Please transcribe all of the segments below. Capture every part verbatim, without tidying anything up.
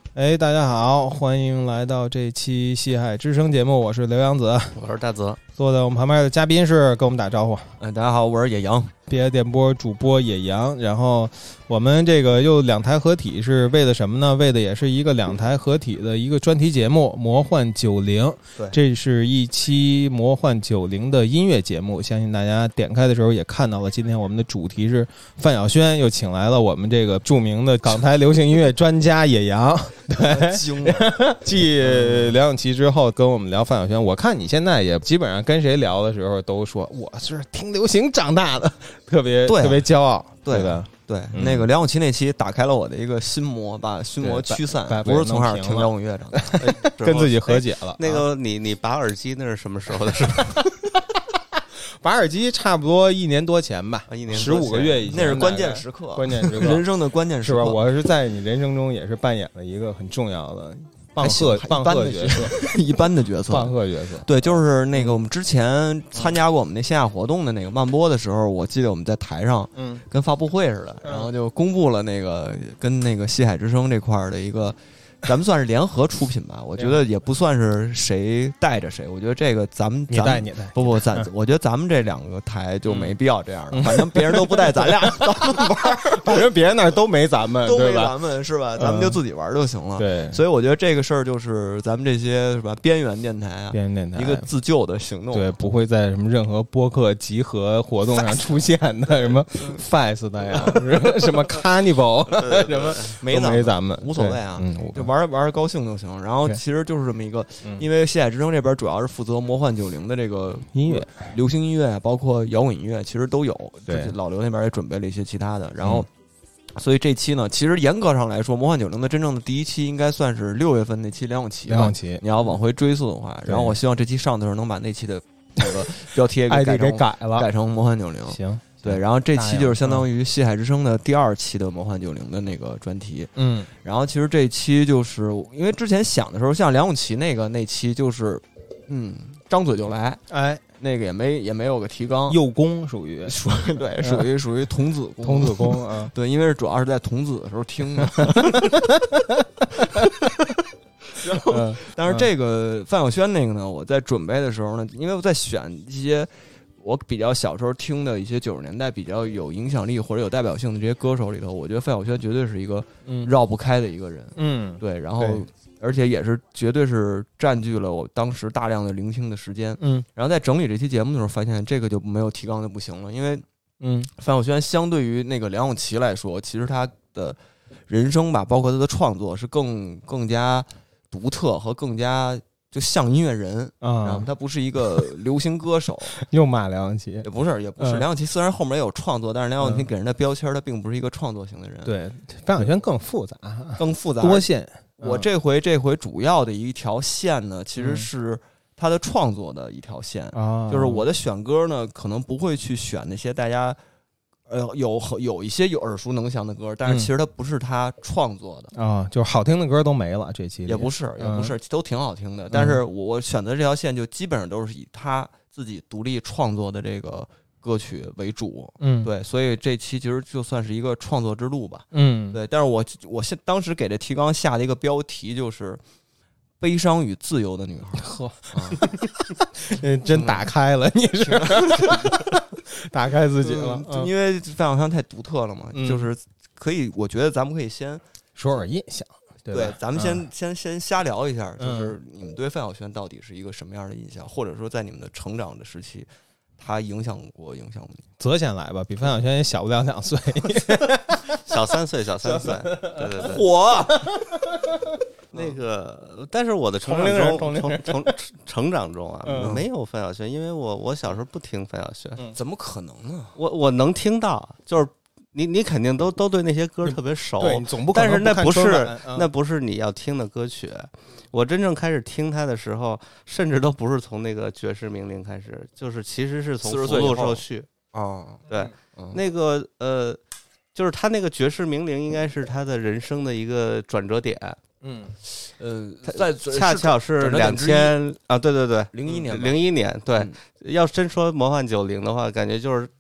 哎，大家好，欢迎来到这期戏海之声节目，我是刘洋子， 我是大泽， 坐在我们旁边的嘉宾是跟我们打招呼。 哎，大家好，我是野羊， 别的电波主播野羊。然后我们这个又两台合体是为了什么呢？为的也是一个两台合体的一个专题节目《魔幻九零》。 对， 这是一期《魔幻九零》的音乐节目，相信大家点开的时候也看到了。今天我们的主题是范晓萱，又请来了我们这个著名的港台流行音乐专家野羊。对，继梁咏琪之后跟我们聊范晓萱，我看你现在也基本上跟谁聊的时候都说我是听流行长大的，特别、啊、特别骄傲，对吧？ 对，嗯、那个梁咏琪那期打开了我的一个心魔，把心魔驱散，不是从小听摇滚乐长大， 跟自己和解了。 那个你你拔耳机那是什么时候的事？ 拔耳机差不多一年多前吧， 一年十五个月以前， 那是关键时刻， 关键时刻， 人生的关键时刻， 是吧？我是在你人生中也是扮演了一个很重要的棒喝棒喝角色， 一般的角色， 棒喝角色。 对，就是那个我们之前参加过我们那线下活动的那个慢播的时候，我记得我们在台上，嗯，跟发布会似的，然后就公布了那个跟那个西海之声这块的一个。咱们算是联合出品吧，我觉得也不算是谁带着谁，我觉得这个咱们你带你带， 不不咱，我觉得咱们这两个台就没必要这样的，反正别人都不带咱俩，咱们玩， 反正别人那儿都没咱们， 都没咱们是吧？咱们就自己玩就行了。 对， 所以我觉得这个事儿就是咱们这些是吧边缘电台啊， 边缘电台一个自救的行动， 对，不会在什么任何播客集合活动上出现的，什么 Fest 的呀，什么 Carnival， 什么没没咱们无所谓啊， 嗯。 玩玩高兴就行，然后其实就是这么一个，因为西海之声这边主要是负责魔幻九零的这个音乐、 流行音乐，包括摇滚音乐，其实都有。 对， 老刘那边也准备了一些其他的，然后，所以这期呢，其实严格上来说，魔幻九零的真正的第一期应该算是六月份那期梁咏琪。 梁咏琪， 你要往回追溯的话，然后我希望这期上的时候能把那期的那个标题给改给改了， 改成魔幻九零。 行。 对，然后这期就是相当于西海之声的第二期的魔幻九零的那个专题， 嗯， 然后其实这期就是因为之前想的时候，像梁咏琪那个那期就是，嗯，张嘴就来， 哎， 那个也没也没有个提纲， 幼功属于属于对，属于属于童子功， 童子功啊， 对，因为是主要是在童子的时候听的。然后，但是这个范晓萱那个呢，我在准备的时候呢，因为我在选一些。我比较小时候听的一些九十年代比较有影响力或者有代表性的这些歌手里头，我觉得范晓萱绝对是一个绕不开的一个人。 嗯， 对，然后而且也是绝对是占据了我当时大量的聆听的时间。 嗯， 然后在整理这期节目的时候，发现这个就没有提纲就不行了，因为嗯， 范晓萱相对于那个梁咏琪来说，其实她的人生吧，包括她的创作是更更加独特和更加。就像音乐人啊，然后他不是一个流行歌手， 又骂梁咏琪， 也不是，也不是。梁咏琪虽然后面也有创作，但是梁咏琪给人的标签，他并不是一个创作型的人。 对，范晓萱更复杂， 更复杂， 多线。 我这回这回主要的一条线呢，其实是他的创作的一条线啊，就是我的选歌呢，可能不会去选那些大家。呃，有有一些有耳熟能详的歌，但是其实它不是他创作的啊、嗯，就是好听的歌都没了。这期也不是，也不是，嗯、都挺好听的。但是我选择这条线，就基本上都是以他自己独立创作的这个歌曲为主。 嗯， 对，所以这期其实就算是一个创作之路吧。 嗯， 对。但是我我现当时给这提纲下的一个标题就是“悲伤与自由的女孩”。 呵，嗯、真打开了，你是。打开自己了、 嗯，因为范晓萱太独特了嘛、嗯，就是可以，我觉得咱们可以先说说印象，对, 对，咱们先、嗯、先先瞎聊一下， 嗯、 就是你们对范晓萱到底是一个什么样的印象，或者说在你们的成长的时期，她影响过影响你？ 泽先来吧，比范晓萱也小不了两岁， 小三岁，小三岁，对对对， 火。 那个，但是我的成长中，成成成长中啊，嗯、没有范晓萱，因为我我小时候不听范晓萱、 嗯，怎么可能呢？ 我我能听到，就是你你肯定都都对那些歌特别熟， 对，总不可能但是那不是、 嗯、 那不是你要听的歌曲。我真正开始听它的时候，甚至都不是从那个爵士名伶开始，就是其实是从福禄寿序啊， 对，嗯、那个呃，就是他那个爵士名伶应该是他的人生的一个转折点。 嗯，呃， 在恰巧是两千啊，对对对， 零一年， 零一年，对、 嗯。 要真说魔幻九零的话，感觉就是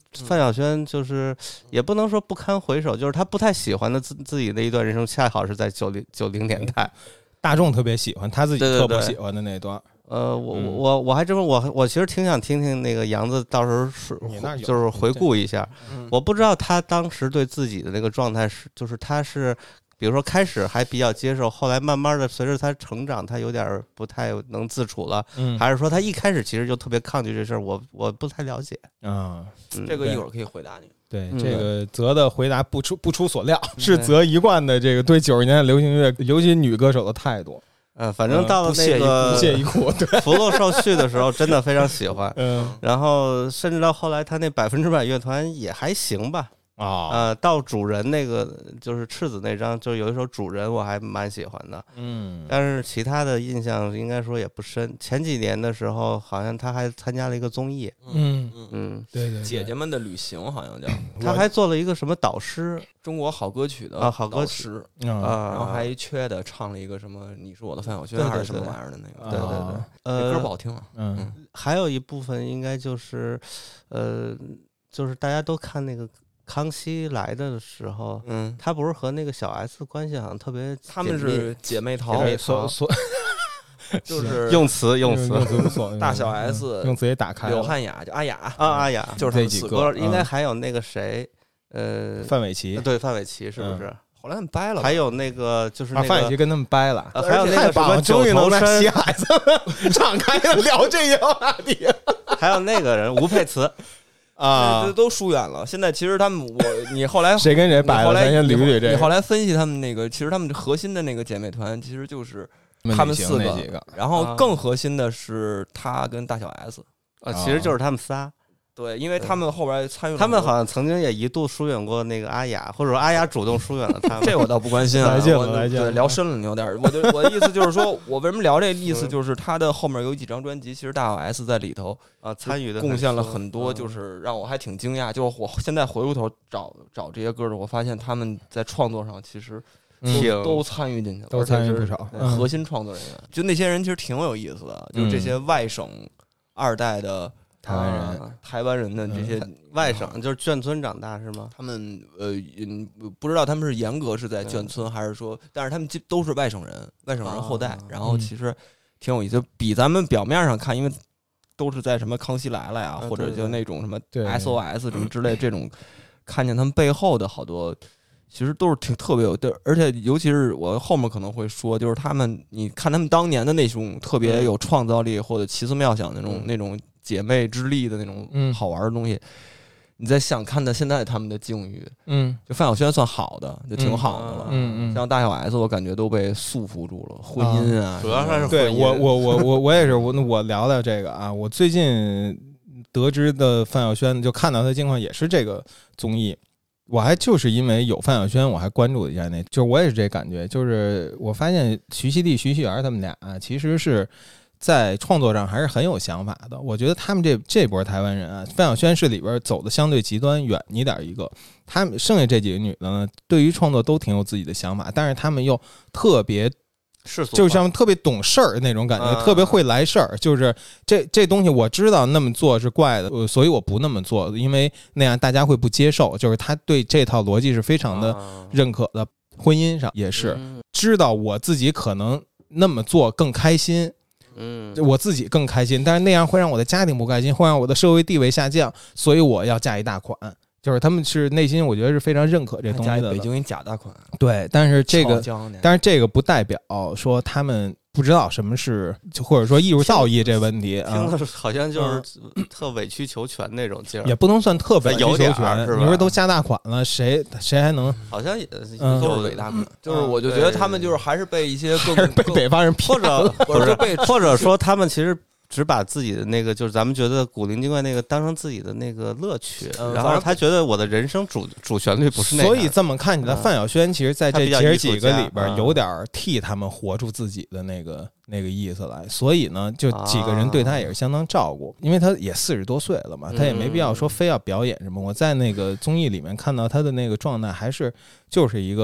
范晓萱就是也不能说不堪回首，就是他不太喜欢的自自己的一段人生，恰好是在九零九零年代， 大众特别喜欢，他自己特不喜欢的那段。 对对对呃，我我我还真我我其实挺想听听那个杨子到时候是就是回顾一下，我不知道他当时对自己的那个状态是，就是他是。比如说开始还比较接受，后来慢慢的随着他成长，他有点不太能自处了，嗯，还是说他一开始其实就特别抗拒这事儿？我我不太了解啊、 嗯，这个一会儿可以回答你。 对，这个泽的回答不出不出所料，是泽一贯的这个对九十年代流行音乐，尤其女歌手的态度。 呃，反正到了那个不屑一顾，对， 福禄寿序的时候，真的非常喜欢。嗯，然后甚至到后来，他那百分之百乐团也还行吧。 啊、哦， 呃，到主人那个就是赤子那张，就有一首主人我还蛮喜欢的， 嗯， 但是其他的印象应该说也不深。前几年的时候，好像他还参加了一个综艺， 嗯嗯嗯， 对 对, 对， 姐姐们的旅行好像叫， 他还做了一个什么导师， 中国好歌曲的啊好歌曲啊， 然后还缺的唱了一个什么你是我的范晓萱还是什么玩意儿的那个， 对对对， 呃，歌不好听啊， 嗯，还有一部分应该就是，呃，就是大家都看那个。康熙来的时候，嗯，他不是和那个小 S 关系好像特别， 他们是姐妹淘， 姐妹淘， 就是用词用词用词不错， 大小 S 用词也打开了， 刘汉雅就阿雅啊阿雅， 就是这几个， 应该还有那个谁，呃， 范玮琪， 对范玮琪是不是？ 后来他们掰了， 还有那个就是那个范玮琪跟他们掰了， 还有那个什么终于能在西海子敞开的聊这个话题， 还有那个人吴佩慈。 啊，都疏远了。现在其实他们，我你后来谁跟谁掰了？ 后来先捋捋这个。 你后来分析他们那个，其实他们核心的那个姐妹团，其实就是他们四个， 个然后更核心的是他跟大小 S， 啊，其实就是他们仨。 对，因为他们后边参与， 他们好像曾经也一度疏远过那个阿雅，或者说阿雅主动疏远了他们。 这我倒不关心啊， 来劲了，来劲了。 对，聊深了你有点。我就我的意思就是说，我为什么聊这个意思，就是他的后面有几张专辑，其实大小 S 在里头啊参与的贡献了很多，就是让我还挺惊讶。就是我现在回过头找找这些歌的，我发现他们在创作上其实都都参与进去了， 都参与不少。 核心创作人员，就那些人其实挺有意思的，就是这些外省二代的。 台湾人、 啊，台湾人的这些外省、嗯、就是眷村长大是吗？ 他们呃，嗯，不知道他们是严格是在眷村，还是说，但是他们都是外省人，外省人后代。 啊、 然后其实挺有意思，比咱们表面上看，因为都是在什么康熙来了呀， 啊、 或者就那种什么 S O S 什么之类这种，看见他们背后的好多。其实都是挺特别有，而且尤其是我后面可能会说，就是他们，你看他们当年的那种特别有创造力或者奇思妙想的那种、嗯、那种姐妹之力的那种好玩的东西，嗯、你在想看到现在他们的境遇， 嗯， 就范晓萱算好的，就挺好的了， 嗯嗯， 像大小 S 我感觉都被束缚住了，婚姻啊， 主要是对我我我我我也是我我聊聊这个啊，我最近得知的范晓萱就看到她的近况也是这个综艺。我还就是因为有范晓萱，我还关注了一下那，就是我也是这感觉，就是我发现徐熙娣、徐熙媛他们俩、啊、其实是在创作上还是很有想法的。我觉得他们这这波台湾人啊，范晓萱是里边走的相对极端远一点一个，他们剩下这几个女的呢，对于创作都挺有自己的想法，但是他们又特别。就像特别懂事儿那种感觉、啊，特别会来事儿。就是这这东西我知道那么做是怪的，所以我不那么做，因为那样大家会不接受。就是他对这套逻辑是非常的认可的。啊、婚姻上也是、嗯、知道我自己可能那么做更开心，嗯，我自己更开心，但是那样会让我的家庭不开心，会让我的社会地位下降，所以我要嫁一大款。就是他们是内心，我觉得是非常认可这东西的。 北京一假大款， 对，但是这个，但是这个不代表说他们不知道什么是，或者说艺术造诣这问题啊。 听着好像就是特委曲求全那种劲儿， 也不能算特委曲求全， 是吧？ 你说都下大款了，谁谁还能？ 好像也都是伪大款，就是我就觉得他们就是还是被一些更被北方人或者或者被或者说他们其实。只把自己的那个，就是咱们觉得古灵精怪那个当成自己的那个乐趣，嗯、然后他觉得我的人生主主旋律不是那个。 所以这么看起来，范晓萱其实在这其实几个里边有点替他们活出自己的那个、嗯、那个意思来。所以呢，就几个人对他也是相当照顾，因为他也四十多岁了嘛，他也没必要说非要表演什么。我在那个综艺里面看到他的那个状态，还是就是一个。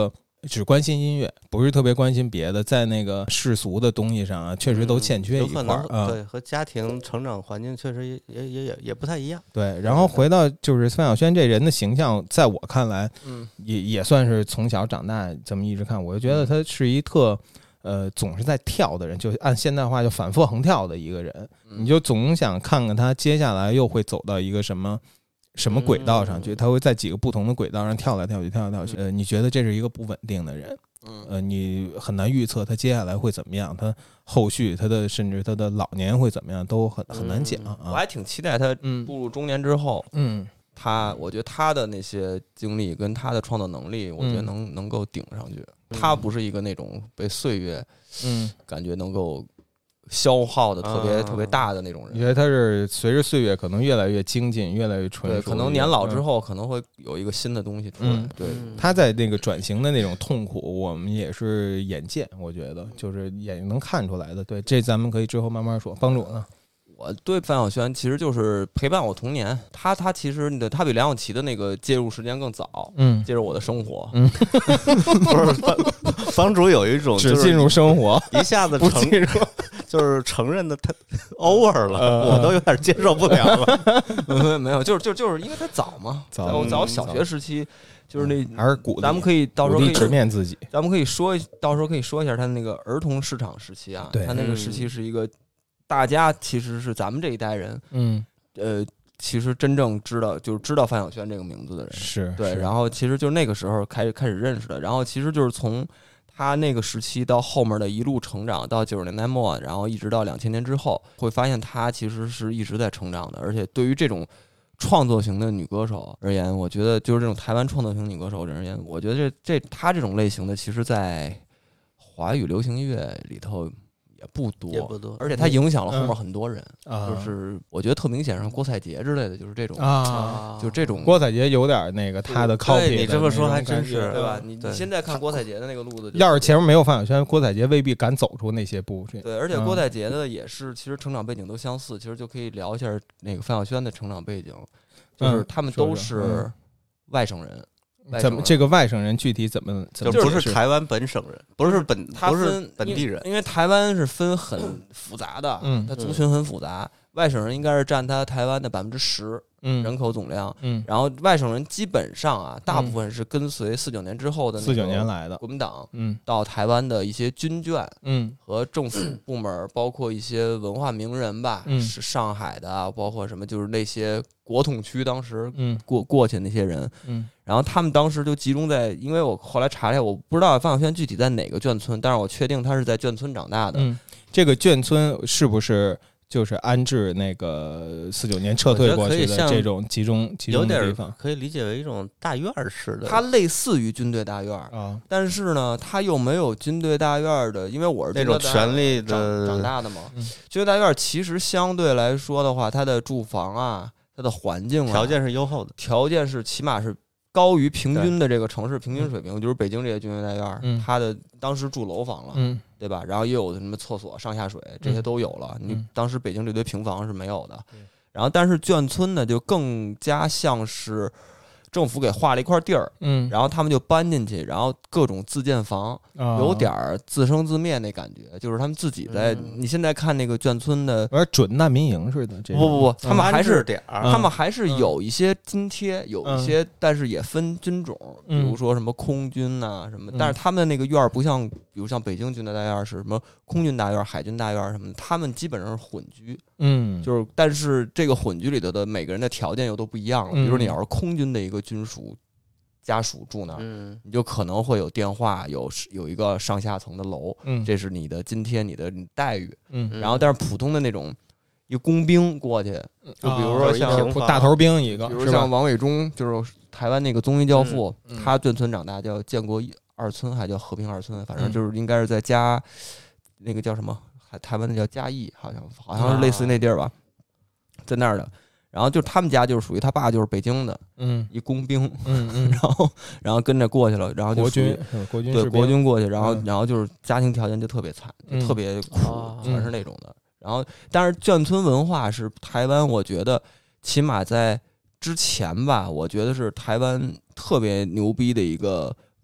只关心音乐，不是特别关心别的，在那个世俗的东西上啊，确实都欠缺一块儿、嗯、 对，和家庭成长环境确实也也也也也不太一样。 对，然后回到就是范晓萱这人的形象，在我看来， 嗯， 也也算是从小长大这么一直看，我就觉得他是一特。呃，总是在跳的人，就按现代话就反复横跳的一个人， 嗯、 你就总想看看他接下来又会走到一个什么什么轨道上去， 嗯、 他会在几个不同的轨道上跳来跳去，跳来跳去。呃，你觉得这是一个不稳定的人，呃，你很难预测他接下来会怎么样，他后续他的甚至他的老年会怎么样，都很很难讲、啊嗯。我还挺期待他步入中年之后， 嗯。 他，我觉得他的那些经历跟他的创造能力，我觉得能、嗯、能够顶上去。他不是一个那种被岁月，嗯，感觉能够消耗的特别、嗯、特别大的那种人。 你觉得他是随着岁月可能越来越精进，越来越纯熟？ 对，可能年老之后可能会有一个新的东西出来。 嗯、 对， 他在那个转型的那种痛苦，我们也是眼见，我觉得就是眼能看出来的。对，这咱们可以之后慢慢说。帮主呢？ 我对范晓萱其实就是陪伴我童年，他他其实他比梁咏琪的那个介入时间更早，嗯，介入我的生活， 嗯， 不是房房主有一种只进入生活， 一下子承就是承认的太 over 了，呃、我都有点接受不了了。 没有没有，就是就就是因为他早嘛，早早小学时期。就是那还是鼓， 咱们可以到时候可以直面自己， 咱们可以说到时候可以说一下他那个儿童市场时期啊， 对， 他那个时期是一个。大家其实是咱们这一代人， 嗯， 呃，其实真正知道就是知道范晓萱这个名字的人， 是对，然后其实就是那个时候开始开始认识的，然后其实就是从他那个时期到后面的一路成长，到九十年代末，然后一直到两千年之后，会发现他其实是一直在成长的，而且对于这种创作型的女歌手而言，我觉得就是这种台湾创作型女歌手而言，我觉得这这他这种类型的，其实在华语流行音乐里头。也不多， 也不多， 而且它影响了后面很多人， 嗯、 就是我觉得特明显，像郭采洁之类的，就是这种啊， 就这种。 郭采洁有点那个他的 copy， 你这么说还真是， 对吧？你你现在看郭采洁的那个路子， 要是前面没有范晓萱，郭采洁未必敢走出那些步。 对，而且郭采洁的也是，其实成长背景都相似，其实就可以聊一下那个范晓萱的成长背景，就是他们都是外省人。 怎么这个外省人具体怎么怎么就不是台湾本省人，不是本不是本地人， 因为台湾是分很复杂的， 嗯， 它族群很复杂，外省人应该是占它台湾的百分之十，嗯，人口总量， 嗯， 然后外省人基本上啊，大部分是跟随四九年之后的四九年来的国民党， 嗯， 到台湾的一些军眷， 嗯， 和政府部门，包括一些文化名人吧， 嗯， 是上海的啊，包括什么就是那些国统区当时嗯过过去那些人， 嗯。 然后他们当时就集中在，因为我后来查了一下，我不知道范晓萱具体在哪个眷村，但是我确定他是在眷村长大的。 嗯，这个眷村是不是就是安置那个四九年撤退过去的这种集中集中的地方？ 可以理解为一种大院式的， 它类似于军队大院啊， 但是呢，它又没有军队大院的，因为我是那种权力的长大的嘛。嗯、军队大院其实相对来说的话，它的住房啊，它的环境啊， 条件是优厚的， 条件是起码是。高于平均的这个城市平均水平，就是北京这些军队大院， 嗯， 它的当时住楼房了， 嗯， 对吧？然后也有什么厕所、上下水，这些都有了。 嗯、 你当时北京这堆平房是没有的，嗯、然后但是眷村呢，就更加像是政府给划了一块地儿， 嗯， 然后他们就搬进去，然后各种自建房， 哦、 有点自生自灭那感觉，就是他们自己在。嗯、你现在看那个眷村的， 有点准难民营似的。这不不不，他们还是点儿， 他们还是有一些津贴，嗯、有一些，但是也分军种， 嗯、 比如说什么空军呐、啊、什么，但是他们的那个院儿不像，比如像北京军队大院是什么空军大院、海军大院什么的，他们基本上是混居。 嗯， 就是，但是这个混居里头的每个人的条件又都不一样了。 嗯、 比如说你要是空军的一个军属。家属住那儿， 嗯， 你就可能会有电话，有有一个上下层的楼， 嗯， 这是你的津贴，你的待遇， 嗯， 然后但是普通的那种一个工兵过去，就比如说像大头兵一个， 比如像王伟忠，就是台湾那个综艺教父， 嗯嗯、 他眷村长大，叫建国二村，还叫和平二村，反正就是应该是在嘉那个叫什么，还台湾的叫嘉义，好像好像是类似那地儿吧，啊、在那儿的。然后就他们家就是属于他爸就是北京的， 嗯， 一工兵， 嗯嗯， 然后然后跟着过去了，然后就国军国军对国军过去，然后、嗯、然后就是家庭条件就特别惨， 嗯、 就特别苦， 嗯、 全是那种的。然后但是眷村文化是台湾，我觉得起码在之前吧，我觉得是台湾特别牛逼的一个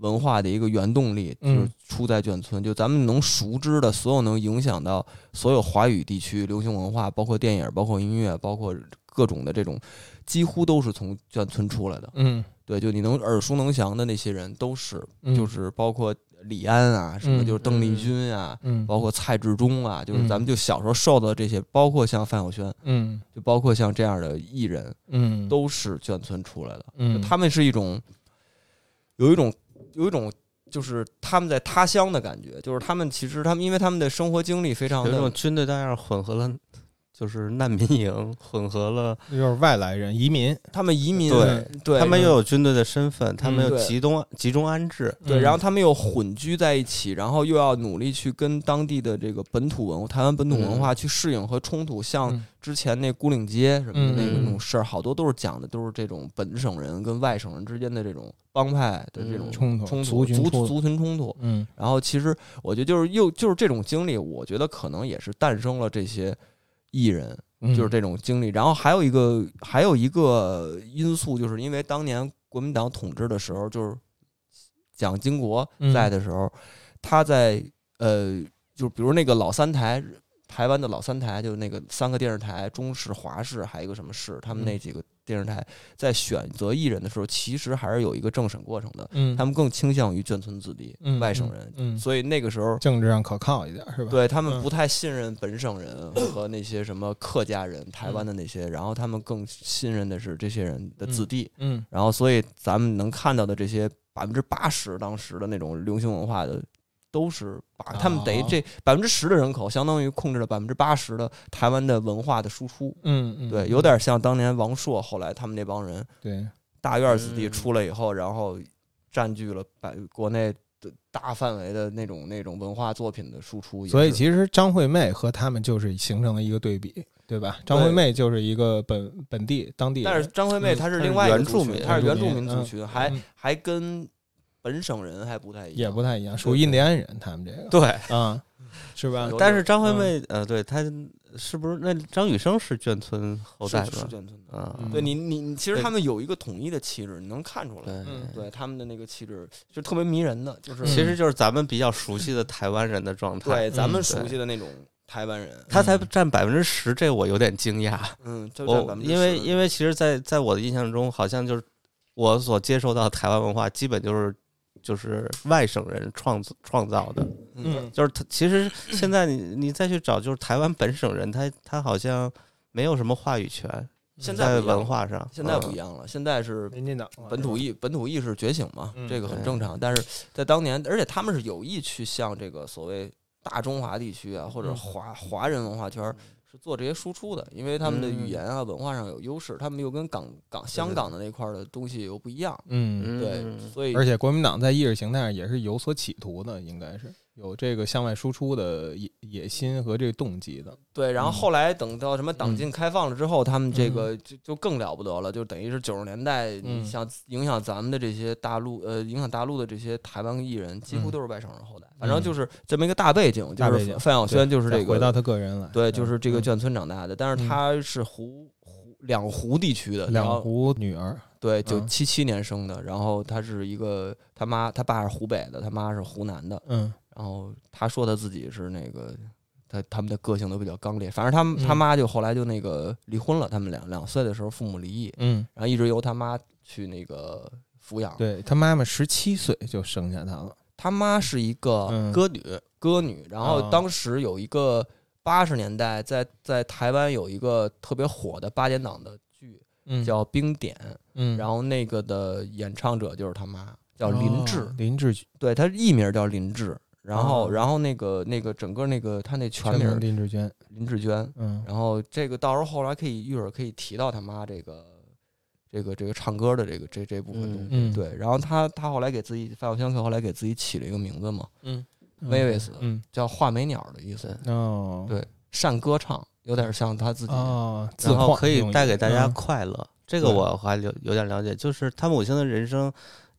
文化的一个原动力，就是出在眷村。就咱们能熟知的所有能影响到所有华语地区流行文化，包括电影，包括音乐，包括各种的这种，几乎都是从眷村出来的。 嗯， 对，就你能耳熟能详的那些人都是，就是包括李安啊，什么就是邓丽君啊， 嗯， 包括蔡志忠啊，就是咱们就小时候受到的这些，包括像范晓萱， 嗯， 就包括像这样的艺人， 嗯， 都是眷村出来的。 嗯， 他们是一种有一种有一种就是他们在他乡的感觉，就是他们其实他们因为他们的生活经历非常的有一种军队大样混合了。就是难民营混合了， 就是外来人移民， 他们移民， 对， 对他们又有军队的身份，他们又集中集中安置， 对，然后他们又混居在一起，然后又要努力去跟当地的这个本土文化、台湾本土文化去适应和冲突，像之前那牯岭街什么的那个那种事儿，好多都是讲的都是这种本省人跟外省人之间的这种帮派的这种冲突、 冲突、 族群族群冲突。 嗯， 然后其实我觉得就是又就是这种经历，我觉得可能也是诞生了这些艺人。就是这种经历，然后还有一个还有一个因素，就是因为当年国民党统治的时候，就是蒋经国在的时候，嗯、他在呃，就比如那个老三台，台湾的老三台，就那个三个电视台，中视、华视，还有一个什么视，他们那几个电视台在选择艺人的时候，其实还是有一个政审过程的。嗯，他们更倾向于眷村子弟、嗯、外省人， 嗯， 所以那个时候政治上可靠一点，是吧？ 对他们不太信任本省人和那些什么客家人、台湾的那些，然后他们更信任的是这些人的子弟。 嗯， 然后所以咱们能看到的这些百分之八十当时的那种流行文化的。都是把他们等于这百分之十的人口，相当于控制了百分之八十的台湾的文化的输出。 嗯嗯， 对，有点像当年王朔后来他们那帮人， 对， 大院子弟出来以后，然后占据了百国内的大范围的那种那种文化作品的输出。 所以其实张惠妹和他们就是形成了一个对比。对吧？张惠妹就是一个本本地当地人， 但是张惠妹她是另外一个原住民， 她是原住民族群， 嗯、 还、嗯、还跟本省人还不太一样， 也不太一样，属于印第安人，他们这个对啊、嗯，是吧？ 但是张惠妹、嗯、呃，对她是不是那张雨生是眷村后代是是眷村的啊？ 嗯、对你你其实他们有一个统一的气质，你能看出来， 对、 嗯、对他们的那个气质就特别迷人的，就是、 嗯、其实就是咱们比较熟悉的台湾人的状态， 对咱们熟悉的那种。台湾人， 他才占百分之十，这我有点惊讶。 嗯，就我因为因为其实在，在在我的印象中，好像就是我所接受到的台湾文化，基本就是就是外省人创创造的。 嗯， 就是他其实现在你你再去找，就是台湾本省人，他他好像没有什么话语权。 现在文化上， 现在不一样了。现在是民进党本土意本土意识觉醒嘛， 嗯、 这个很正常。但是在当年，而且他们是有意去向这个所谓。大中华地区啊，或者华华人文化圈是做这些输出的，因为他们的语言啊、文化上有优势，他们又跟港港香港的那块的东西又不一样。 嗯， 对，所以而且国民党在意识形态上也是有所企图的，应该是有这个向外输出的野野心和这个动机的。 对，然后后来等到什么党禁开放了之后，嗯、他们这个就就更了不得了，就等于是九十年代，你像影响咱们的这些大陆呃，影响大陆的这些台湾艺人，几乎都是外省人后代。反正就是这么一个大背景，就是范晓萱就是这个回到他个人来， 对，就是这个眷村长大的，但是他是湖湖两湖地区的， 两湖女儿， 对，九七七年生的，然后他是一个他妈他爸是湖北的，他妈是湖南的， 嗯， 然后他说他自己是那个他他们的个性都比较刚烈，反正他们他妈就后来就那个离婚了，他们两两岁的时候父母离异， 嗯， 然后一直由他妈去那个抚养， 对他妈妈十七岁就生下他了。 他妈是一个歌女，嗯、歌女，然后当时有一个八十年代在在台湾有一个特别火的八点档的剧， 嗯、 叫《冰点》， 嗯， 然后那个的演唱者就是他妈，叫林志， 哦、林志， 对，他艺名叫林志，然后、 哦、 然后那个那个整个那个他那全名林志娟， 林志娟， 嗯， 然后这个到时候后来可以一会儿可以提到他妈这个。这个这个唱歌的这个这这部分东西， 嗯、 对，然后他他后来给自己范晓萱后来给自己起了一个名字嘛， 嗯 ，Mavis， 嗯， 叫画眉鸟的意思， 哦， 对，善歌唱，有点像他自己， 哦， 然后可以带给大家嗯、 快乐，这个我还有有点了解，就是他母亲的人生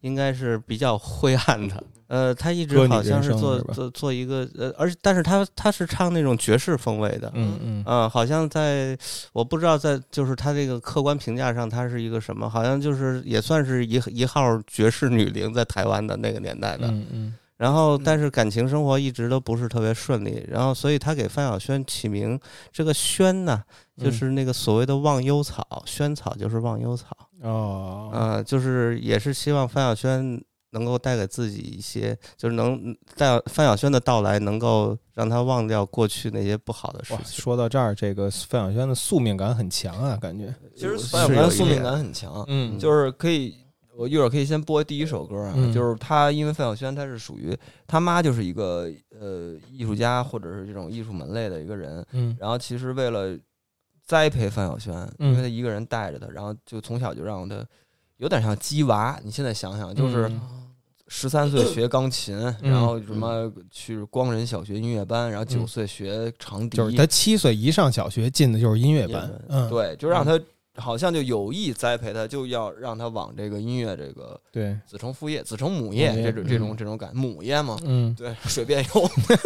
应该是比较灰暗的。呃，他一直好像是做做做一个呃，而但是他他是唱那种爵士风味的， 嗯嗯， 呃，好像在我不知道在就是他这个客观评价上，他是一个什么，好像就是也算是一一号爵士女伶在台湾的那个年代的， 嗯嗯。 然后，但是感情生活一直都不是特别顺利，然后，所以他给范晓萱起名这个萱呢，就是那个所谓的忘忧草，嗯、萱草就是忘忧草哦， 呃，就是也是希望范晓萱能够带给自己一些，就是能带范晓萱的到来，能够让他忘掉过去那些不好的事情。 说到这儿，这个范晓萱的宿命感很强啊，感觉其实范晓萱宿命感很强， 嗯， 就是可以。我一会儿可以先播第一首歌啊， 嗯、 就是他，因为范晓萱他是属于他妈就是一个呃艺术家或者是这种艺术门类的一个人， 嗯， 然后其实为了栽培范晓萱， 嗯、 因为他一个人带着他，然后就从小就让他有点像鸡娃，你现在想想，就是十三岁学钢琴， 嗯、 然后什么去光仁小学音乐班，然后九岁学长笛， 就是他七岁一上小学进的就是音乐班，嗯， 对，就让他。好像就有意栽培他，就要让他往这个音乐这个对子承父业、子承母业这种这种这种感母业嘛， 嗯， 对，水变油。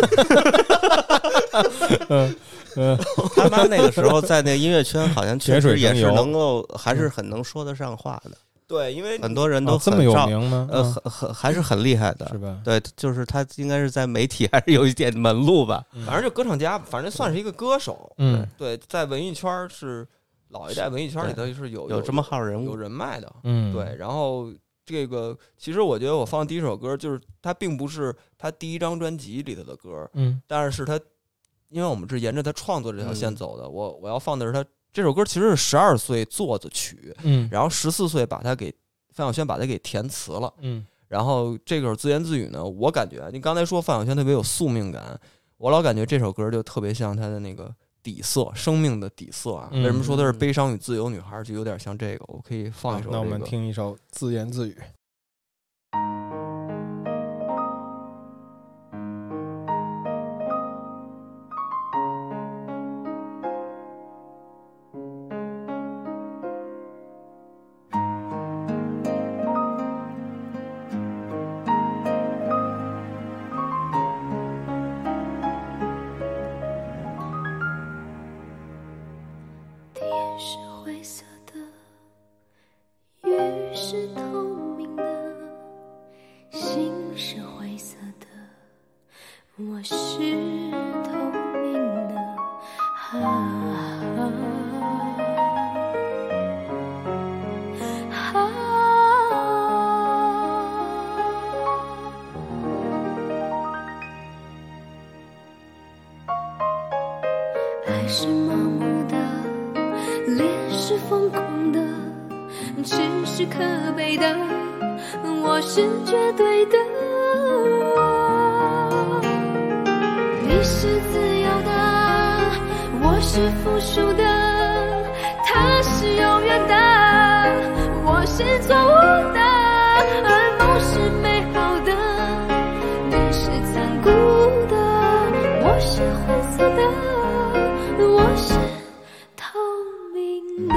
嗯嗯， 他妈那个时候在那个音乐圈好像确实也是能够，还是很能说得上话的。 对，因为很多人都、哦、 这么有名吗？ 呃，很很还是很厉害的， 是吧？ 对，就是他应该是在媒体还是有一点门路吧， 嗯、反正就歌唱家，反正算是一个歌手。 嗯， 对，在文艺圈是。老一代文艺圈里头是有有这么号人物、 有人脉的， 嗯， 对。然后这个其实我觉得我放第一首歌，就是它并不是他第一张专辑里头的歌， 嗯， 但是是他，因为我们是沿着他创作这条线走的，嗯、我我要放的是他这首歌其实是十二岁做的曲， 嗯， 然后十四岁把他给范晓萱把他给填词了， 嗯， 然后这首自言自语呢，我感觉你刚才说范晓萱特别有宿命感，我老感觉这首歌就特别像他的那个。底色，生命的底色啊！为什么说它是悲伤与自由女孩？就有点像这个，我可以放一首、这个。 那我们听一首自言自语。 爱是盲目的，恋是疯狂的，痴是可悲的，我是绝对的。你是自由的，我是附属的，他是永远的，我是错误的，而梦是美好的，你是残酷的，我是灰色的。我是透明的。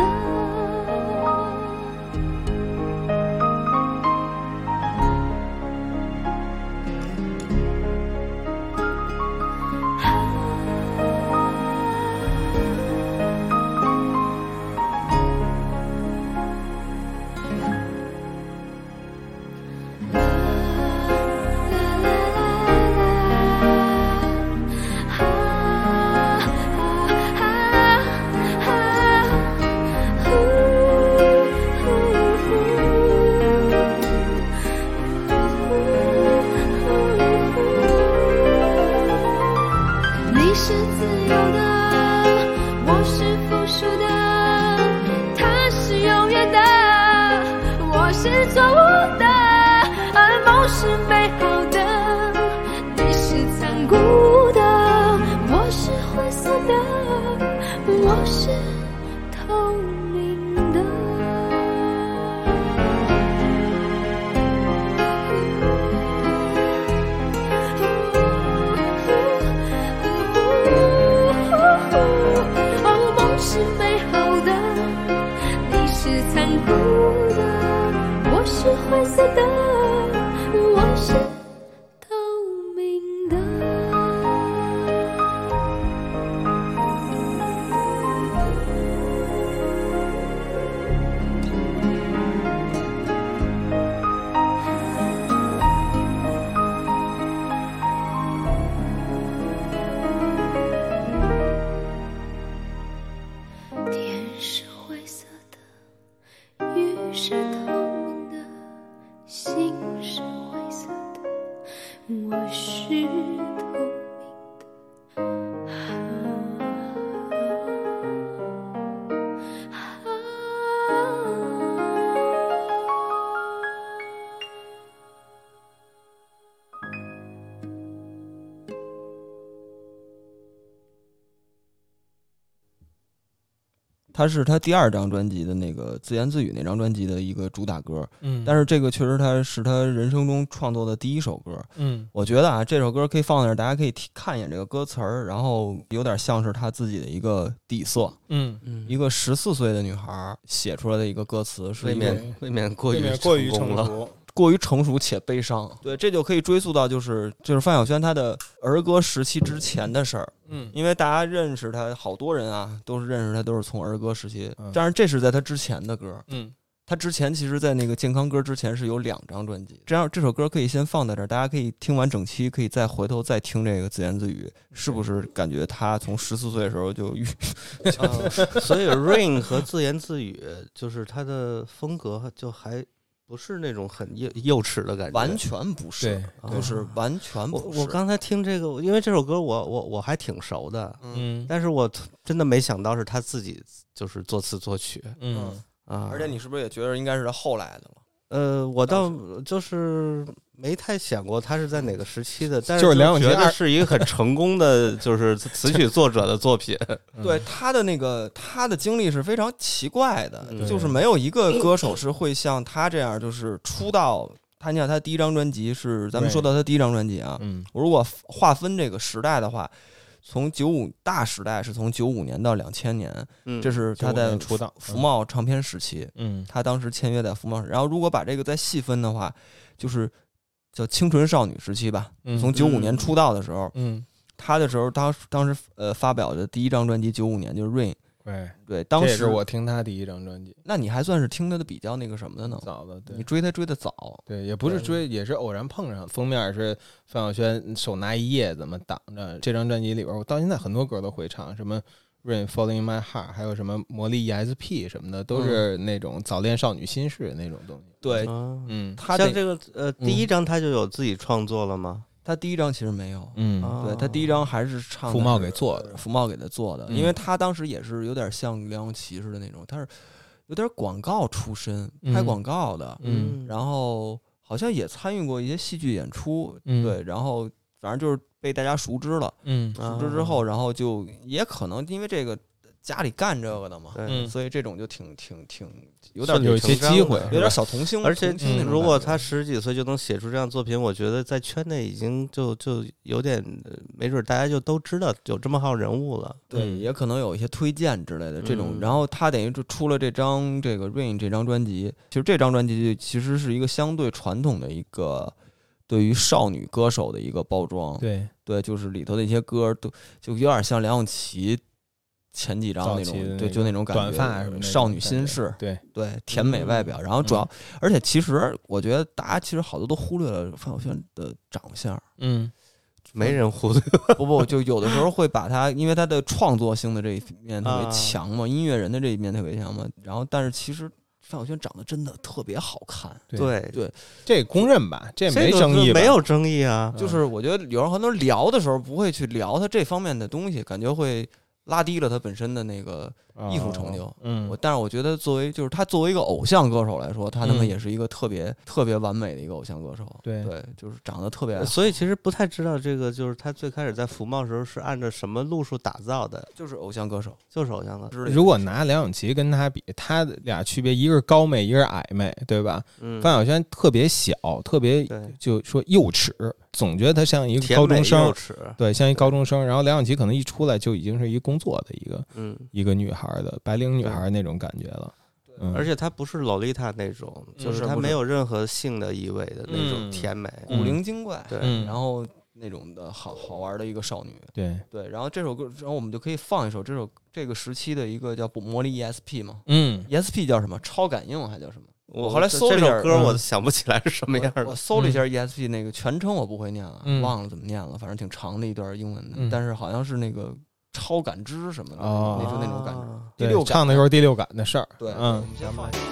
它是他第二张专辑的那个自言自语那张专辑的一个主打歌，嗯，但是这个确实他是他人生中创作的第一首歌，嗯，我觉得啊这首歌可以放在这儿，大家可以看一眼这个歌词儿，然后有点像是他自己的一个底色，嗯嗯，一个十四岁的女孩写出来的一个歌词，是未免未免过于过于成功了。 过于成熟且悲伤，对，这就可以追溯到就是就是范晓萱她的儿歌时期之前的事儿，嗯，因为大家认识她，好多人啊都是认识她都是从儿歌时期，当然这是在她之前的歌，嗯，她之前其实在那个健康歌之前是有两张专辑，这样这首歌可以先放在这儿，大家可以听完整期，可以再回头再听这个自言自语，是不是感觉她从十四岁的时候就遇、 嗯，所以 Rain 和自言自语就是她的风格就还。不是那种很幼幼稚的感觉， 完全不是，就是完全不是。 我我刚才听这个，因为这首歌我我我还挺熟的，嗯，但是我真的没想到是他自己就是作词作曲， 嗯啊，而且你是不是也觉得应该是他后来的了？ 呃，我倒就是没太想过他是在哪个时期的，但是就是梁咏琪觉得是一个很成功的，就是词曲作者的作品。 对他的那个他的经历是非常奇怪的，就是没有一个歌手是会像他这样，就是出道。他你看他第一张专辑是咱们说到他第一张专辑啊，嗯，我如果划分这个时代的话。从九五大时代是从九五年到两千年，嗯，这是他在出道福茂唱片时期，嗯，他当时签约在福茂，然后如果把这个再细分的话，就是叫清纯少女时期吧，嗯，从九五年出道的时候，嗯，他的时候当当时呃发表的第一张专辑九五年就是 Rain。 对对，当时这也是我听他第一张专辑。 那你还算是听他的比较那个什么的呢？ 早的，对， 你追他追的早， 对，也不是追，也是偶然碰上。封面是范晓萱手拿一叶子嘛挡着。这张专辑里边，我到现在很多歌都会唱，什么 Rain Falling in My Heart， 还有什么魔力 E S P 什么的，都是那种早恋少女心事那种东西。 对， 嗯，他像这个呃，第一张他就有自己创作了吗？ 他第一张其实没有，嗯，对他第一张还是唱福茂给做的， 福茂给他做的，因为他当时也是有点像梁咏琪似的那种，他是有点广告出身，拍广告的，嗯，然后好像也参与过一些戏剧演出，嗯，对，然后反正就是被大家熟知了，嗯，熟知之后，然后就也可能因为这个家里干这个的嘛，嗯，所以这种就挺挺挺有点有一些机会， 有点小童星， 而且如果他十几岁就能写出这样作品，我觉得在圈内已经就就有点，没准大家就都知道有这么号人物了。 对，也可能有一些推荐之类的这种。然后他等于就出了这张这个 Rain 这张专辑，其实这张专辑其实是一个相对传统的一个对于少女歌手的一个包装。 对对，就是里头的一些歌都就有点像梁咏琪。前几张那种， 那对，就那种感觉， 短发什么少女心事， 对对，甜美外表。然后主要，嗯、而且其实我觉得大家其实好多都忽略了范晓萱的长相， 嗯，没人忽略。 不不，就有的时候会把她，因为她的创作性的这一面特别强嘛，啊、音乐人的这一面特别强嘛。然后，但是其实范晓萱长得真的特别好看， 对对， 这公认吧，这没争议， 没有争议啊。 就是我觉得有人很多聊的时候不会去聊她这方面的东西，感觉会。拉低了他本身的那个艺术成就，嗯，我但是我觉得作为就是他作为一个偶像歌手来说，他他妈也是一个特别、嗯、特别完美的一个偶像歌手， 对对，就是长得特别好， 所以其实不太知道这个就是他最开始在福茂时候是按照什么路数打造的， 就是偶像歌手， 就是偶像歌手。 如果拿梁咏琪跟他比，他俩区别一个是高妹，一个是矮妹，对吧？嗯，范晓萱特别小，特别就说幼齿。总觉得他像一个高中生，对，像一高中生。然后梁咏琪可能一出来就已经是一个工作的一个，嗯，一个女孩的白领女孩那种感觉了。 嗯、而且她不是洛丽塔那种，就是她没有任何性的意味的那种甜美， 嗯、古灵精怪， 对， 嗯、然后那种的好好玩的一个少女， 对对。然后这首歌，然后我们就可以放一首这首这个时期的一个叫魔力 E S P 嘛， 嗯 ，E S P 叫什么？超感应还叫什么？ 我后来搜了一下这首歌，我想不起来是什么样的。 我搜了一下 E S P 那个全称，我不会念了，嗯、忘了怎么念了，反正挺长的一段英文的，嗯、但是好像是那个超感知什么的，哦、那种那种感知。第六唱的就是第六感的事儿。 对， 嗯。 我们先放一下。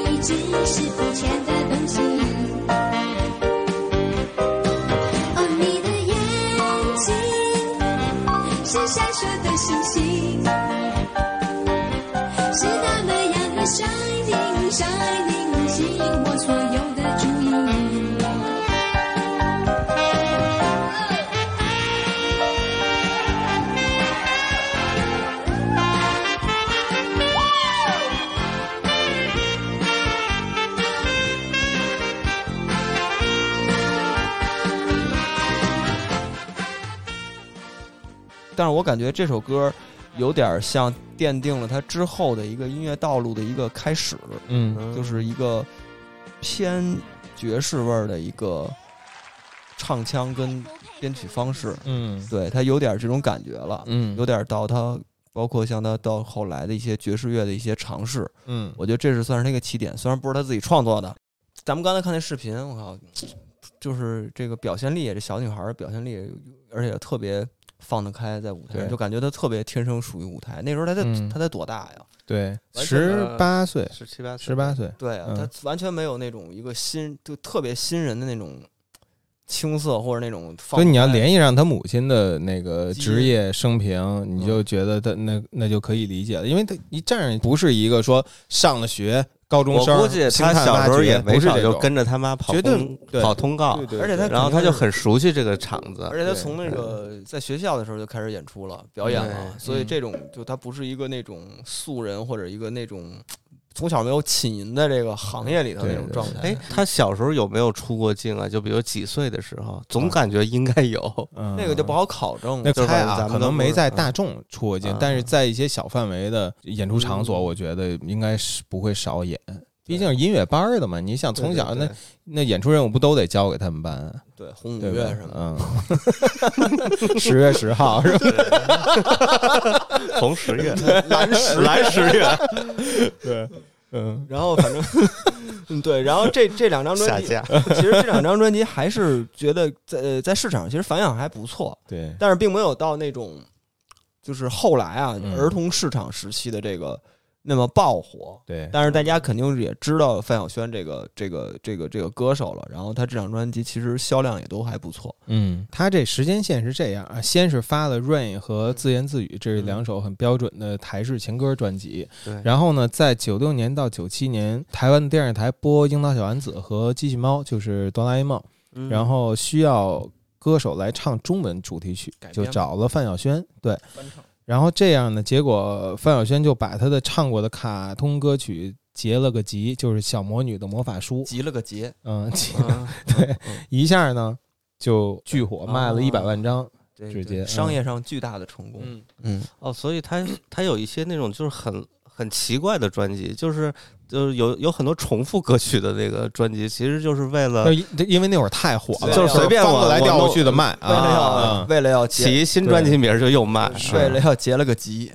但是我感觉这首歌有点像奠定了他之后的一个音乐道路的一个开始， 嗯， 就是一个偏爵士味儿的一个唱腔跟编曲方式， 嗯， 对，他有点这种感觉了， 嗯， 有点到他包括像他到后来的一些爵士乐的一些尝试， 嗯， 我觉得这是算是那个起点，虽然不是他自己创作的。咱们刚才看那视频，我靠，就是这个表现力，这小女孩表现力，而且特别放得开，在舞台上就感觉她特别天生属于舞台。那时候她才她才多大呀？ 对，十八岁， 十七八岁， 十八岁。 对啊， 嗯、 她完全没有那种一个新，就特别新人的那种青涩或者那种。 所以你要联系上他母亲的那个职业生平，你就觉得他那那就可以理解了，因为他一这样不是一个说上了学。高中生， 我估计他小时候也没少就跟着他妈跑通跑通告， 对对对而且他然后他就很熟悉这个场子， 而且他从那个在学校的时候就开始演出了，表演了，所以这种就他不是一个那种素人或者一个那种从小没有浸淫在这个行业里头那种状态。 哎，他小时候有没有出过镜啊？就比如几岁的时候，总感觉应该有， 嗯、 那个就不好考证。 那猜啊，可能没在大众出过镜， 嗯、 但是在一些小范围的演出场所，我觉得应该是不会少演。毕竟是音乐班的嘛，你想从小那那演出任务不都得交给他们班？ 对，红五月什么， 嗯，十月十号是吧？ 红十月， 蓝十蓝十月， 对，嗯， 然后反正，嗯，对，然后这这两张专辑，其实这两张专辑还是觉得在在市场其实反响还不错， 对， 但是并没有到那种就是后来啊、 嗯、 儿童市场时期的这个。那么爆火， 对， 但是大家肯定也知道范晓萱这个这个这个这个歌手了，然后他这张专辑其实销量也都还不错。 嗯，他这时间线是这样啊，先是发了《Rain》和《自言自语》，这是两首很标准的台式情歌专辑。 对， 然后呢，在九六年到九七年，台湾的电视台播《樱桃小丸子》和《机器猫》，就是《哆啦 A 梦》， 嗯， 然后需要歌手来唱中文主题曲，就找了范晓萱，对。然后这样呢，结果范晓萱就把她的唱过的卡通歌曲结了个集，就是小魔女的魔法书， 集了个结， 嗯，嗯对，嗯、一下呢就巨火，卖了一百万张， 啊、 直接商业上巨大的成功。 嗯嗯， 哦，所以他他有一些那种就是很很奇怪的专辑，就是就是有有很多重复歌曲的那个专辑，其实就是为了， 因为那会儿太火了， 就是随便我来调过去的卖， 为了要、 啊、 为了要起新专辑名就又卖， 为了要结了个集。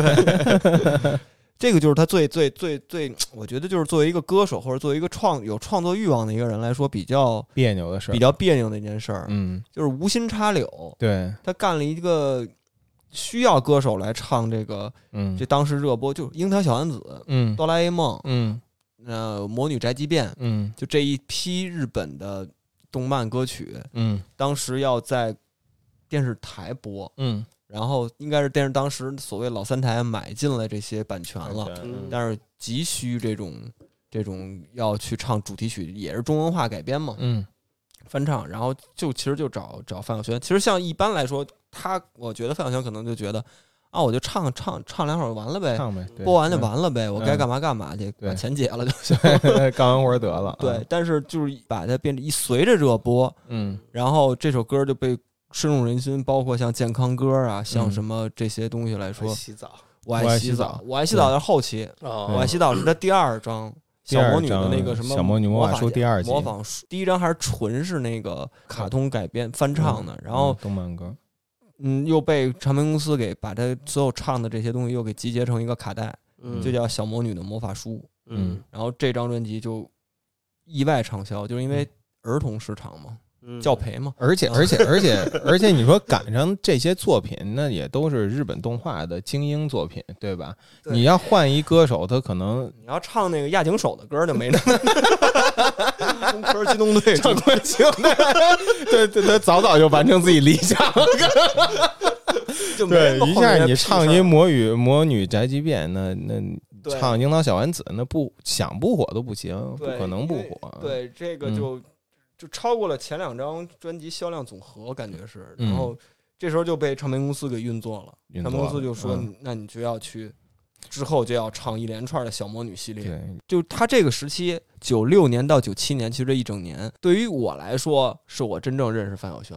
这个就是他最最最最，我觉得就是作为一个歌手或者作为一个创有创作欲望的一个人来说，比较别扭的事儿， 比较别扭的一件事儿。 嗯， 就是无心插柳。 对， 他干了一个。需要歌手来唱这个， 嗯， 这当时热播就是《樱桃小丸子》， 嗯， 哆啦 A 梦， 嗯， 呃，魔女宅急便， 嗯， 就这一批日本的动漫歌曲， 嗯， 当时要在电视台播， 嗯， 然后应该是电视当时所谓老三台买进了这些版权了， 嗯、 但是急需这种这种要去唱主题曲，也是中文化改编嘛， 嗯， 翻唱，然后就其实就找找范晓萱，其实像一般来说。他我觉得范晓萱可能就觉得啊，我就唱唱唱两首完了呗， 唱呗， 播完就完了呗， 嗯、 我该干嘛干嘛去， 把钱结了就行， 干完活得了。 对， 嗯、 但是就是把它变成一随着热播， 嗯， 然后这首歌就被深入人心，包括像健康歌啊，像什么这些东西来说， 嗯、洗澡， 我爱洗澡，我爱洗澡是后期，我爱洗澡是他第二张。小魔女的那个什么小魔女魔法书第二集，模仿书第一张还是纯是那个卡通改编翻唱的， 嗯、 然后动漫歌。 嗯，又被唱片公司给把他所有唱的这些东西又给集结成一个卡带， 嗯、 就叫《小魔女的魔法书》。 嗯， 然后这张专辑就意外畅销，就是因为儿童市场嘛， 嗯、 教培嘛。 而且而且而且而且，你说赶上这些作品，那也都是日本动画的精英作品，对吧？ 对， 你要换一歌手，他可能你要唱那个亚井手的歌就没那么。工科机动队， 唱过机动队，对对，他早早就完成自己理想了。 就对，一下你唱一魔女魔女宅急便，那那唱樱桃小丸子，那不想不火都不行，不可能不火。 对，这个就、嗯、就超过了前两张专辑销量总和，感觉是。 嗯、 然后这时候就被唱片公司给运作了， 运作了唱片公司就说：“ 嗯、 那你就要去。”之后就要唱一连串的小魔女系列， 对， 就他这个时期，九六年到九七年，其实这一整年，对于我来说，是我真正认识范晓萱了。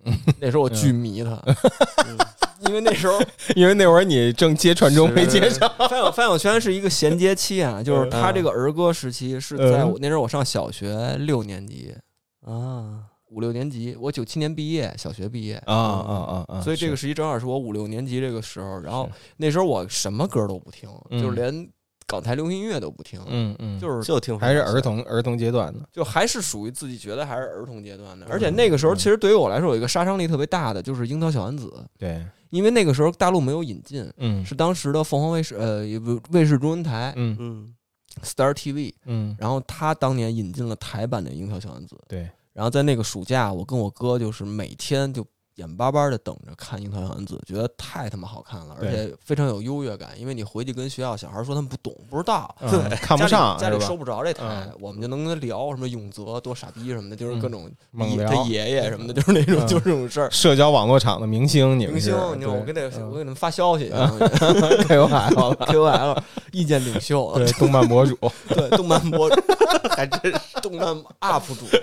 那时候我巨迷他，嗯、因为那时候因为那会儿你正接传中没接上。 范晓范晓萱是一个衔接期啊，就是他这个儿歌时期是在我那时候我上小学六年级啊。五六年级，我九七年毕业，小学毕业啊啊啊啊！ 所以这个时期正好是我五六年级这个时候。然后那时候我什么歌都不听，就是连港台流行音乐都不听， 嗯嗯， 就是就听还是儿童儿童阶段的， 就还是属于自己觉得还是儿童阶段的。而且那个时候其实对于我来说有一个杀伤力特别大的，就是樱桃小丸子。 对， 因为那个时候大陆没有引进， 嗯， 是当时的凤凰卫视呃卫视中文台， 嗯嗯 ，Star T V， 嗯， 然后他当年引进了台版的樱桃小丸子， 对。 然后在那个暑假，我跟我哥就是每天就眼巴巴的等着看《樱桃小丸子》，觉得太他妈好看了，而且非常有优越感。因为你回去跟学校小孩说他们不懂不知道， 嗯、看不上， 家里收不着这台， 嗯、 我们就能跟他聊什么永泽多傻逼什么的，就是各种猛聊他爷爷什么的，就是那种、嗯、就是这种事儿。 社交网络场的明星，你们明星，你知道我跟他嗯、 我给他们发消息、 嗯、，K O L，K O L， 意见领袖， 对，动漫博主， 对，动漫博主，还真是动漫 U P 主。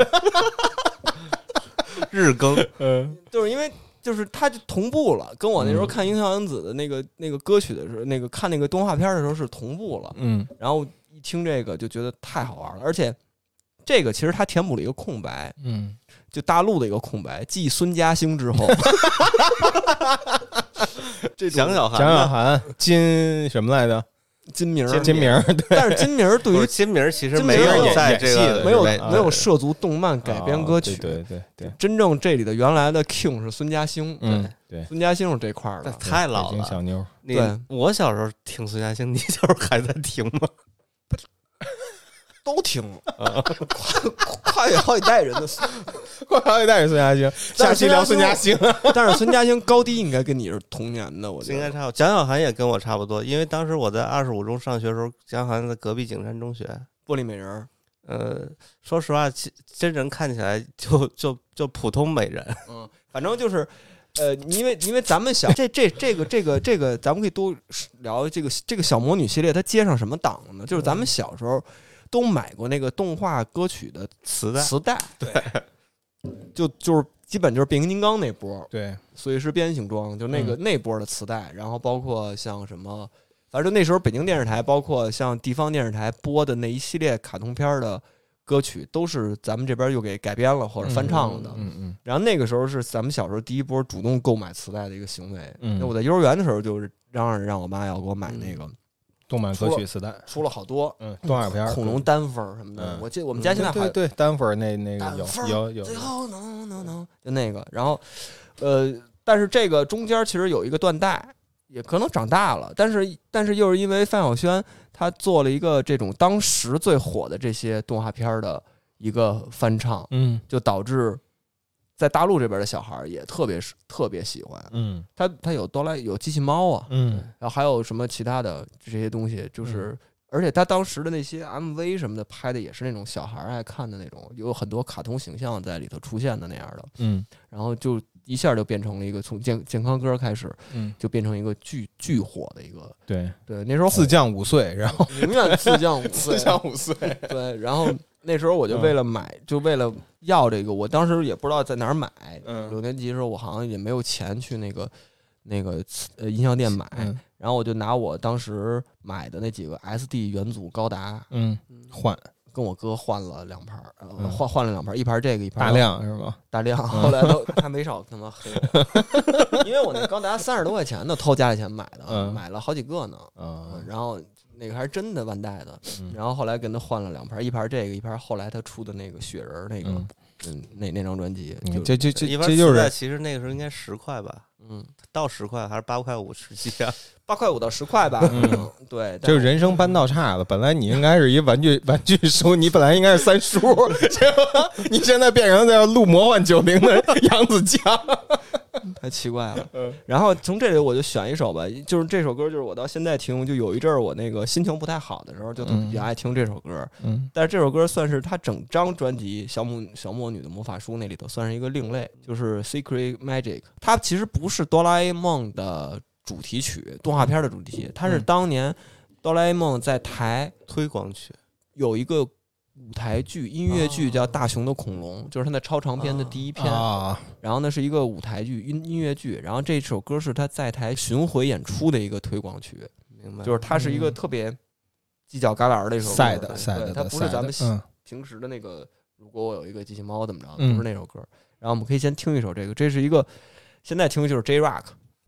日更， 嗯，就是因为就是他就同步了，跟我那时候看《樱桃小丸子》的那个那个歌曲的时候，那个看那个动画片的时候是同步了， 嗯， 然后一听这个就觉得太好玩了，而且这个其实他填补了一个空白， 嗯， 就大陆的一个空白，继孙嘉兴之后， 这蒋小涵， 蒋小涵金什么来着？ 金明， 金明，对， 但是金明对于金明其实没有在这个没有没有涉足动漫改编歌曲， 对对对， 真正这里的原来的 King 是孙嘉兴， 嗯，对， 孙嘉兴是这块的， 太老了， 小妞， 对，我小时候听孙嘉兴，你小时候还在听吗？ 都听了，跨跨越好几代人的， 跨越好几代人孙嘉兴。下期聊孙嘉兴， 但是孙嘉兴高低应该跟你是同年的，我觉得应该差不多。蒋小涵也跟我差不多，因为当时我在二十五中上学的时候，蒋小涵在隔壁景山中学， 玻璃美人。 呃，说实话，真人看起来就就就普通美人， 嗯，反正就是。呃，因为因为咱们小这这这个这个这个，咱们可以多聊这个这个小魔女系列，它接上什么档呢？就是咱们小时候都买过那个动画歌曲的磁带， 磁带，对，就就是基本就是变形金刚那波， 对， 随时变形装，就那个、嗯、那波的磁带，然后包括像什么，反正那时候北京电视台，包括像地方电视台播的那一系列卡通片的。歌曲都是咱们这边又给改编了或者翻唱了的， 嗯 嗯, 嗯。 然后那个时候是咱们小时候第一波主动购买磁带的一个行为。 嗯， 那我在幼儿园的时候就是嚷嚷让我妈要给我买那个动漫歌曲磁带， 出了好多， 嗯，动画片， 恐龙单粉什么的。 嗯、 我记得我们家现在还对对单粉那那个有有有， 最后能能能就那个，然后呃，但是这个中间其实有一个断代。也可能长大了，但是但是又是因为范晓萱她做了一个这种当时最火的这些动画片的一个翻唱， 嗯， 就导致在大陆这边的小孩也特别特别喜欢， 嗯， 他他有哆啦有机器猫啊， 嗯， 然后还有什么其他的这些东西，就是、嗯、而且他当时的那些 M V 什么的拍的也是那种小孩爱看的那种，有很多卡通形象在里头出现的那样的， 嗯， 然后就。一下就变成了一个从健健康歌开始， 嗯， 就变成一个巨巨火的一个， 对对，那时候自降五岁，然后永远自降五岁， 自降五岁， 对，然后那时候我就为了买，嗯、就为了要这个，我当时也不知道在哪儿买， 嗯， 六年级的时候我好像也没有钱去那个那个呃音像店买， 嗯、 然后我就拿我当时买的那几个 S D 元祖高达， 嗯，换。 跟我哥换了两盘，呃，换换了两盘，一盘这个，一盘大量是吧？ 大量，后来都他没少他妈黑我，因为我那高达三十多块钱呢，偷家里钱买的， 嗯、 买了好几个呢， 嗯， 然后那个还是真的万代的， 嗯、 然后后来跟他换了两盘，一盘这个，一盘后来他出的那个雪人那个，嗯，嗯那那张专辑， 嗯、这这这一这就是其实那个时候应该十块吧， 嗯， 到十块还是八块五十几啊？ 八块五到十块吧，嗯，对， 就是人生搬道岔了。本来你应该是一玩具玩具叔，你本来应该是三叔，结果你现在变成在录魔幻九零的杨紫江， 太奇怪了。然后从这里我就选一首吧，就是这首歌，就是我到现在听，就有一阵儿我那个心情不太好的时候，就比较爱听这首歌。 嗯， 但是这首歌算是他整张专辑《小魔小魔女的魔法书》那里头算是一个另类，就是 Secret Magic。它其实不是哆啦 A 梦的主题曲，动画片的主题曲，它是当年哆啦 A 梦在台推广曲， 有一个舞台剧音乐剧叫《大雄的恐龙》，就是他的超长篇的第一篇。 啊、 然后呢是一个舞台剧音音乐剧，然后这首歌是他在台巡回演出的一个推广曲。 明白， 就是它是一个特别犄角旮旯的一首歌， 赛的赛的， 它不是咱们平时的那个。如果我有一个机器猫怎么着，不是那首歌。然后我们可以先听一首这个，这是一个现在听就是 J Rock。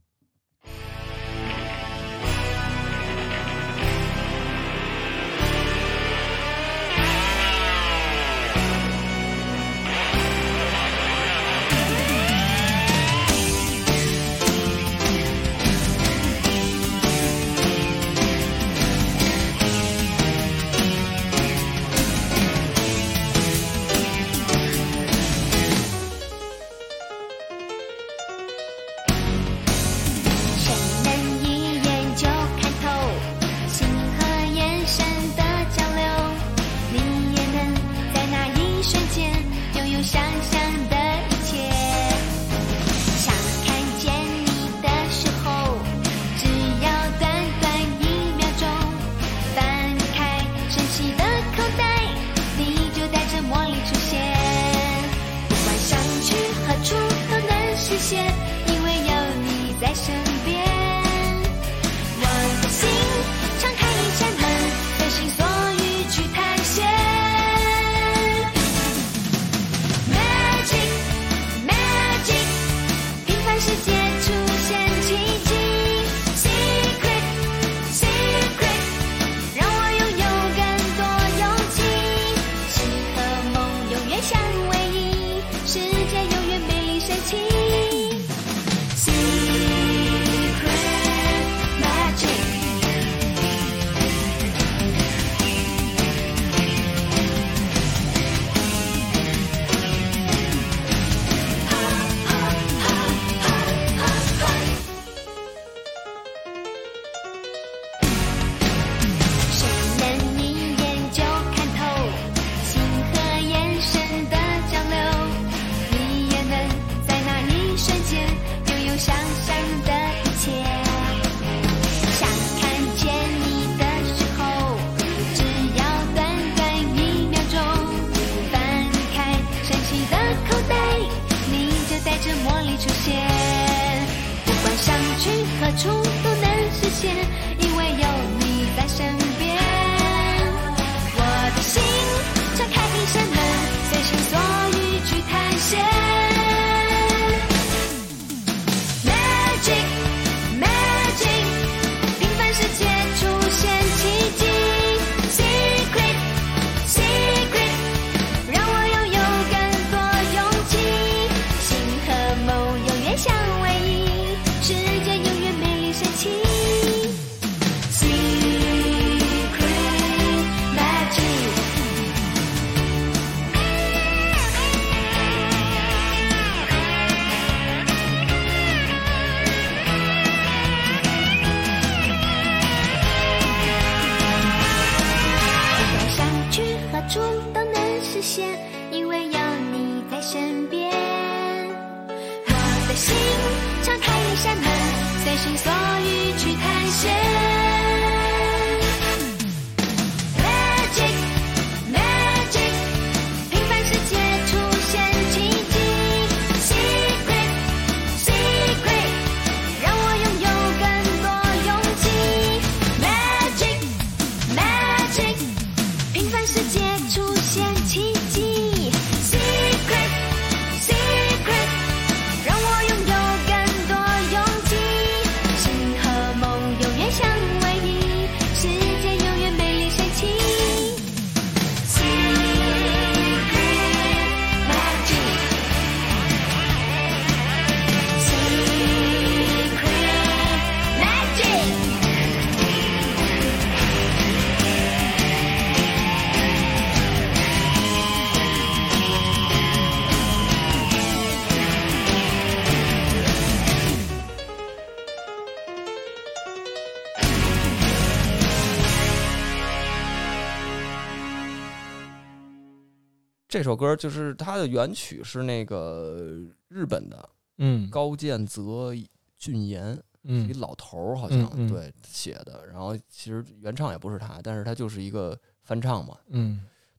这首歌就是它的原曲是那个日本的， 嗯， 高见泽俊彦， 嗯， 一老头儿好像、 嗯嗯、 对写的。然后其实原唱也不是他，但是他就是一个翻唱嘛。 嗯，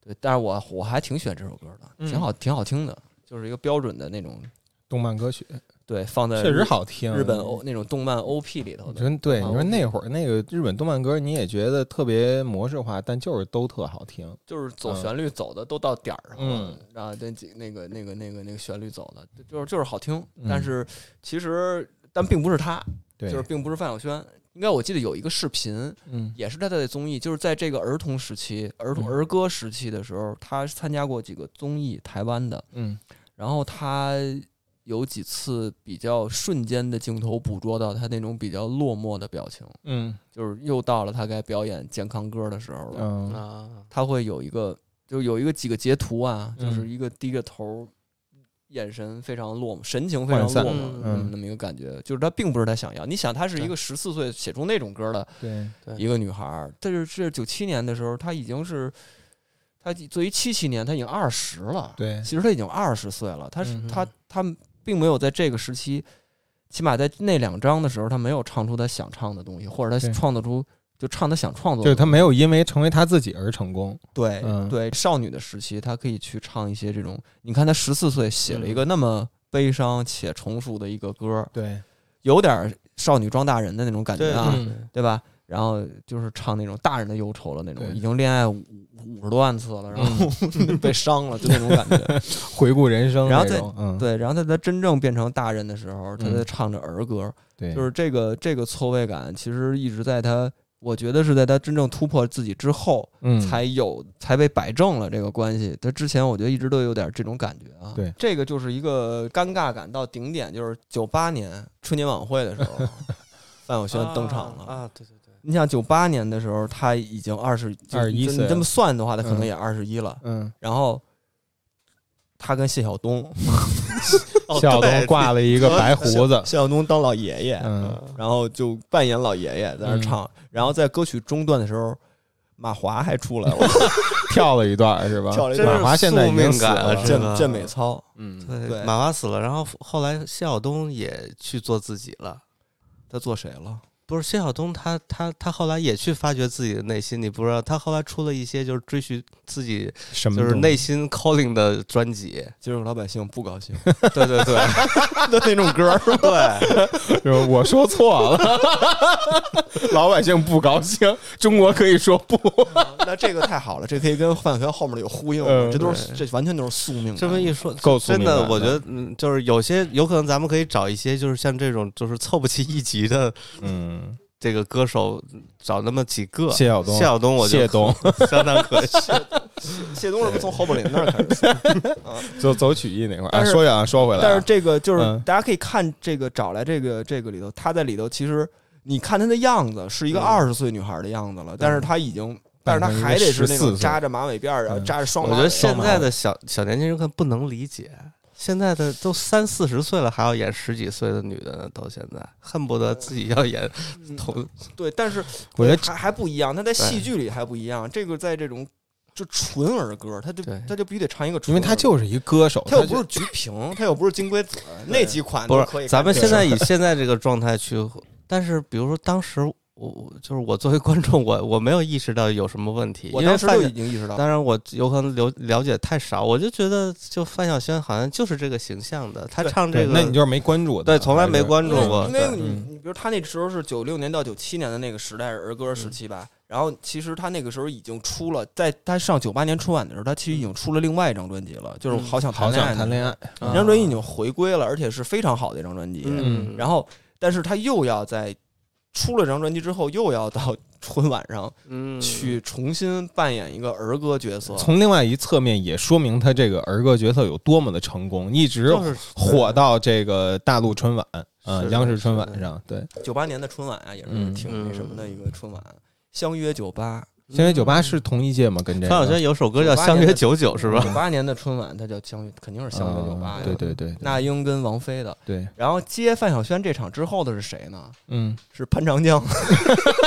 对，但是我我还挺喜欢这首歌的，挺好，挺好听的，就是一个标准的那种动漫歌曲。 对，放在确实好听， 日本 O 那种动漫 O P 里头的。 真对，你说那会儿那个日本动漫歌，你也觉得特别模式化，但就是都特好听， 就是走旋律走的都到点儿上了， 嗯， 然后那那个那个那个那个旋律走的，就是就是好听。但是其实，但并不是他， 对， 就是并不是范晓萱。应该我记得有一个视频， 嗯， 也是他的综艺，就是在这个儿童时期、儿童儿歌时期的时候，他参加过几个综艺，台湾的， 嗯， 然后他。有几次比较瞬间的镜头捕捉到他那种比较落寞的表情， 嗯， 就是又到了他该表演健康歌的时候了。 嗯啊，他会有一个，就有一个几个截图啊， 嗯、 就是一个低着头，眼神非常落寞，神情非常落寞， 嗯， 那么一个感觉。就是他并不是他想要，你想，他是一个十四岁写出那种歌的对一个女孩，这是这是九七年的时候，她已经是。他作为七七年，他已经二十了。 对， 其实他已经二十岁了。他是、嗯、他他并没有在这个时期，起码在那两章的时候，他没有唱出他想唱的东西，或者他创作出就唱他想创作的。 就是他没有因为成为他自己而成功。 对、 嗯、 对，少女的时期，他可以去唱一些这种。你看，他十四岁写了一个那么悲伤且重述的一个歌， 对， 有点少女装大人的那种感觉啊， 对, 对吧？然后就是唱那种大人的忧愁了，那种已经恋爱五五十多万次了，然后、嗯、被伤了，就那种感觉。 回顾人生， 然后在、 嗯、 对，然后他在真正变成大人的时候，他在唱着儿歌， 对、嗯， 就是这个这个错位感，其实一直在他，我觉得是在他真正突破自己之后， 嗯， 才有才被摆正了这个关系。他之前我觉得一直都有点这种感觉啊。 对， 这个就是一个尴尬感到顶点，就是九八年春节晚会的时候，范晓萱登场了啊，啊对对对。 你想九八年的时候，他已经二十二十一岁， 你这么算的话，他可能也二十一了。 嗯， 然后他跟谢晓东， 谢晓东挂了一个白胡子， 谢晓东当老爷爷， 嗯， 然后就扮演老爷爷在那唱。嗯、然后在歌曲中段的时候，马华还出来了， 跳了一段是吧？ 跳了一段。 马华现在已经死了， 健健美操， 嗯，对对，马华死了，然后后来谢晓东也去做自己了， 他做谁了？ 不是谢晓东他，他他他后来也去发掘自己的内心，你不知道，他后来出了一些就是追寻自己什么就是内心 calling 的专辑， 就是老百姓不高兴， 对对对的那种歌， 对， 就是我说错了，老百姓不高兴，中国可以说不， 那这个太好了，这可以跟范晓萱后面的有呼应，嗯、这都是这完全都是宿命。 这么一说， 够真的，我觉得嗯，就是有些有可能咱们可以找一些就是像这种就是凑不齐一集的， 嗯。 这个歌手找那么几个， 谢晓东， 谢晓东，我谢东相当可惜。 谢东是不是从侯宝林那儿开始？ 走走曲艺那块儿。啊，说呀，说回来， 但是这个就是、嗯、大家可以看这个找来这个这个里头，他在里头其实你看他的样子是一个二十岁女孩的样子了，嗯、但是他已经。但是他还得是那种扎着马尾辫，然后扎着双马尾。 我觉得现在的小小年轻人可能不能理解。现在的都三四十岁了，还要演十几岁的女的呢，到现在恨不得自己要演头、 嗯。对，但是我觉得还还不一样，他在戏剧里还不一样。这个在这种就纯儿歌，他就他就必须得唱一个纯儿歌， 因为他就是一歌手， 他又不是菊萍，他又不是金龟子，那几款不是。 咱们现在以现在这个状态去，但是比如说当时。我就是我作为观众，我我没有意识到有什么问题， 我当时就已经意识到。 当然，我有可能了了解太少，我就觉得就范晓萱好像就是这个形象的，他唱这个， 那你就是没关注， 对，从来没关注过。 因为你你比如他那时候是九六年到九七年的那个时代儿歌时期吧，嗯、然后其实他那个时候已经出了，在他上九八年春晚的时候，他其实已经出了另外一张专辑了，就是《好想谈恋爱》。 谈恋爱， 那张专辑已经回归了，而且是非常好的一张专辑。 嗯， 然后，但是他又要在。出了这张专辑之后，又要到春晚上去重新扮演一个儿歌角色。 从另外一侧面也说明他这个儿歌角色有多么的成功，一直火到这个大陆春晚，嗯，央视春晚上。对， 九八年的春晚啊，也是挺那什么的一个春晚，相约九八。 相约九八是同一届吗？跟这个范晓萱有首歌叫《相约九九》是吧？ 九八年的春晚，它叫相约，肯定是相约九八呀。 对对对， 那英跟王菲的。 对。 然后接范晓萱这场之后的是谁呢？ 嗯， 是潘长江。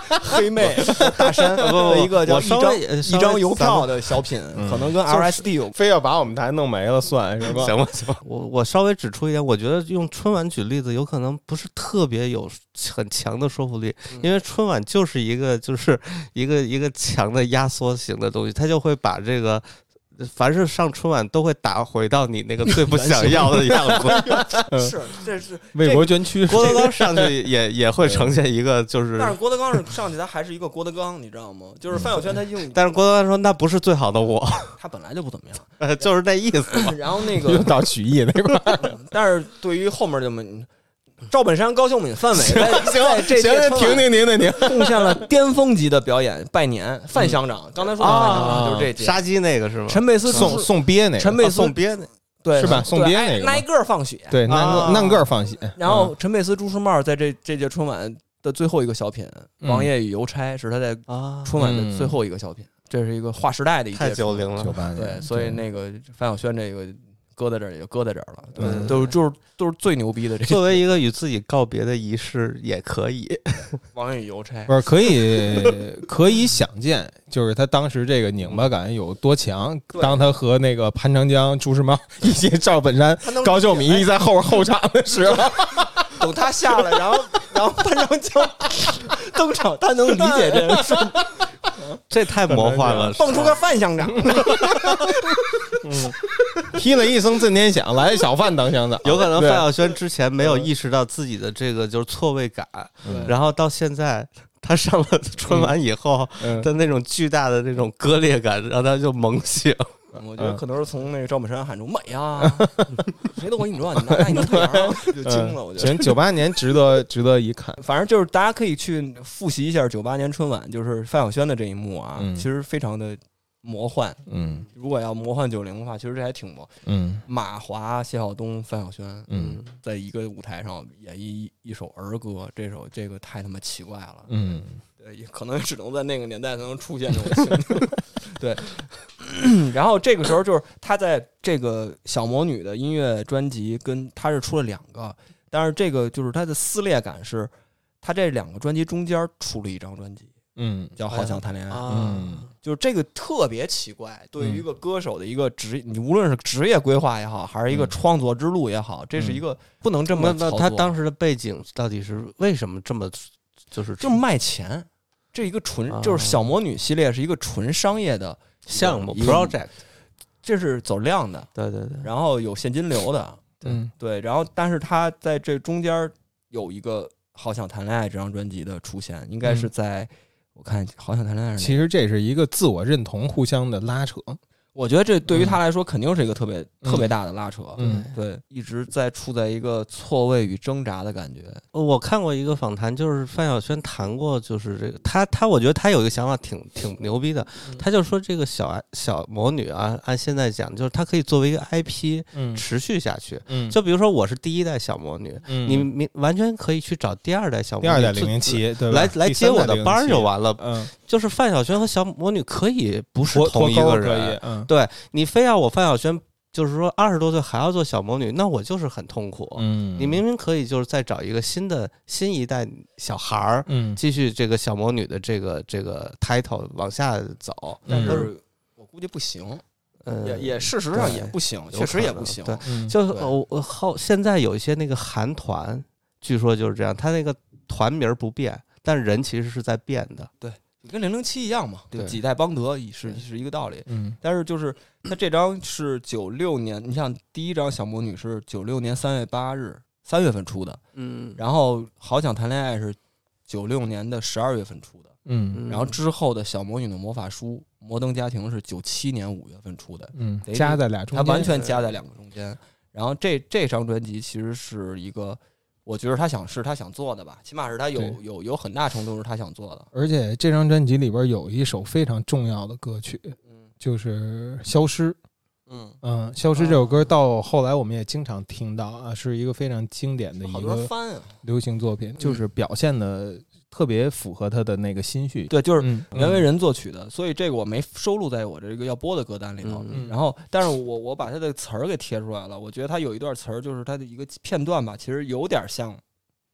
黑妹大山的一个叫一张一张邮票的小品，可能跟 L S D 有， 非要把我们台弄没了算是吧？ 行吧行吧，我我稍微指出一点，我觉得用春晚举例子有可能不是特别有很强的说服力，因为春晚就是一个就是一个一个强的压缩型的东西，它就会把这个。凡是上春晚都会打回到你那个最不想要的样子，是这是为国捐躯。 郭德纲上去也也会呈现一个就是， 但是郭德纲是上去他还是一个郭德纲，你知道吗？就是范晓萱他用， 但是郭德纲说那不是最好的我， 他本来就不怎么样， 呃，就是那意思嘛。 然后那个又到曲艺那块儿， 但是对于后面这么。赵本山、高秀敏、范伟在在这行行停停停停停， 贡献了巅峰级的表演。拜年，范乡长，刚才说的范乡长就是这届杀鸡那个是吗？ 陈佩斯送送鳖那个， 陈佩斯送鳖那对是吧？送鳖那个， 挨个放血， 对，难个难个放血。 然后陈佩斯、朱时茂在这这届春晚的最后一个小品《王爷与邮差》是他在春晚的最后一个小品，这是一个划时代的一届， 太九零了， 九八年。 对，所以那个范晓萱这个。搁在这儿也就搁在这儿了，对，嗯、都就是都是最牛逼的这。 作为一个与自己告别的仪式，也可以。 王爷与邮差不是可以可以想见，就是他当时这个拧巴感有多强。当他和那个潘长江、朱时茂以及赵本山、高秀敏一在后后场的时候， 等他下来，然后然后潘长江登场，他能理解这个事。 这太魔幻了， 蹦出个范乡长， 嗯，踢了一声震天响，来小范当乡长。 有可能范晓萱之前没有意识到自己的这个就是错位感，然后到现在他上了春晚以后的那种巨大的那种割裂感，让他就猛醒。 我觉得可能是从那个赵本山喊出美呀，谁都我跟你说，你拿你能腿儿就惊了。我觉得九八年值得值得一看， 反正就是大家可以去复习一下九八年春晚，就是范晓萱的这一幕啊， 嗯、 其实非常的魔幻。 嗯， 如果要魔幻九零的话，其实这还挺魔。 嗯， 马华、谢晓东、范晓萱， 嗯， 在一个舞台上演绎一首儿歌，这首这个太他妈奇怪了。 嗯。 也可能只能在那个年代才能出现这种情况。对，然后这个时候就是他在这个小魔女的音乐专辑跟他是出了两个，但是这个就是他的撕裂感是，他这两个专辑中间出了一张专辑， 嗯， 叫《好想谈恋爱》， 嗯， 就是这个特别奇怪，对于一个歌手的一个职，你无论是职业规划也好，还是一个创作之路也好，这是一个不能这么操作。 那他当时的背景到底是为什么这么就是就卖钱？这一个纯就是小魔女系列是一个纯商业的项目 project， 这是走量的， 对对对， 然后有现金流的， 嗯对，然后但是他在这中间有一个《好想谈恋爱》这张专辑的出现，应该是在、嗯、我看《好想谈恋爱》， 其实这是一个自我认同互相的拉扯。 我觉得这对于他来说肯定是一个特别、嗯、特别大的拉扯， 嗯， 对，一直在处在一个错位与挣扎的感觉。 我看过一个访谈，就是范晓萱谈过，就是这个他他，我觉得他有一个想法挺挺牛逼的，他就说这个小小魔女啊，按现在讲，就是它可以作为一个 I P 持续下去， 嗯， 就比如说我是第一代小魔女， 嗯， 你明完全可以去找第二代小魔女， 第二代零零七，对吧？ 来来接我的班就完了， 嗯， 就是范晓萱和小魔女可以不是同一个人， 嗯， 对你非要我范晓萱就是说二十多岁还要做小魔女，那我就是很痛苦。 嗯， 你明明可以就是再找一个新的新一代小孩儿， 嗯， 继续这个小魔女的这个这个 title 往下走， 但是我估计不行， 呃， 也也事实上也不行，确实也不行。 对， 嗯、 就我我好现在有一些那个韩团，据说就是这样，他那个团名不变，但人其实是在变的。 对。跟零零七一样嘛，对，几代邦德是是一个道理。 嗯， 但是就是他这张是九六年，你像第一张小魔女是九六年三月八日三月份出的， 嗯， 然后好想谈恋爱是九六年的十二月份出的， 嗯， 然后之后的小魔女的魔法书摩登家庭是九七年五月份出的， 嗯，夹在俩中间， 它完全夹在两个中间。然后这这张专辑其实是一个。我觉得他想是他想做的吧，起码是他有有有很大程度是他想做的。 而且这张专辑里边有一首非常重要的歌曲， 嗯， 就是《消失》。 嗯嗯，《消失》这首歌到后来我们也经常听到啊，是一个非常经典的一个流行作品，就是表现的特别符合他的那个心绪。 对，就是袁惟仁作曲的，所以这个我没收录在我这个要播的歌单里头。 嗯、 然后，但是我我把他的词儿给贴出来了，我觉得他有一段词儿，就是他的一个片段吧，其实有点像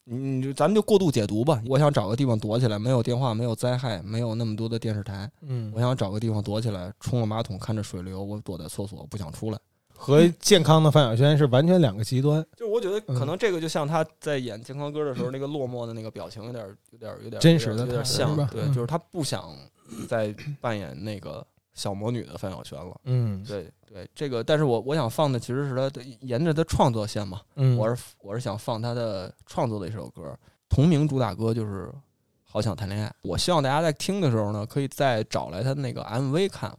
你就咱们就过度解读吧。我想找个地方躲起来，没有电话，没有灾害，没有那么多的电视台。嗯，我想找个地方躲起来，冲了马桶，看着水流，我躲在厕所，不想出来。 和健康的范晓萱是完全两个极端。 就是我觉得可能这个就像他在演健康歌的时候，那个落寞的那个表情，有点、有点、有点真实的， 有点像。对，就是他不想再扮演那个小魔女的范晓萱了。嗯，对对，这个，但是我我想放的其实是他的沿着他创作线嘛。嗯，我是我是想放他的创作的一首歌，同名主打歌就是《好想谈恋爱》。我希望大家在听的时候呢，可以再找来他那个 M V 看。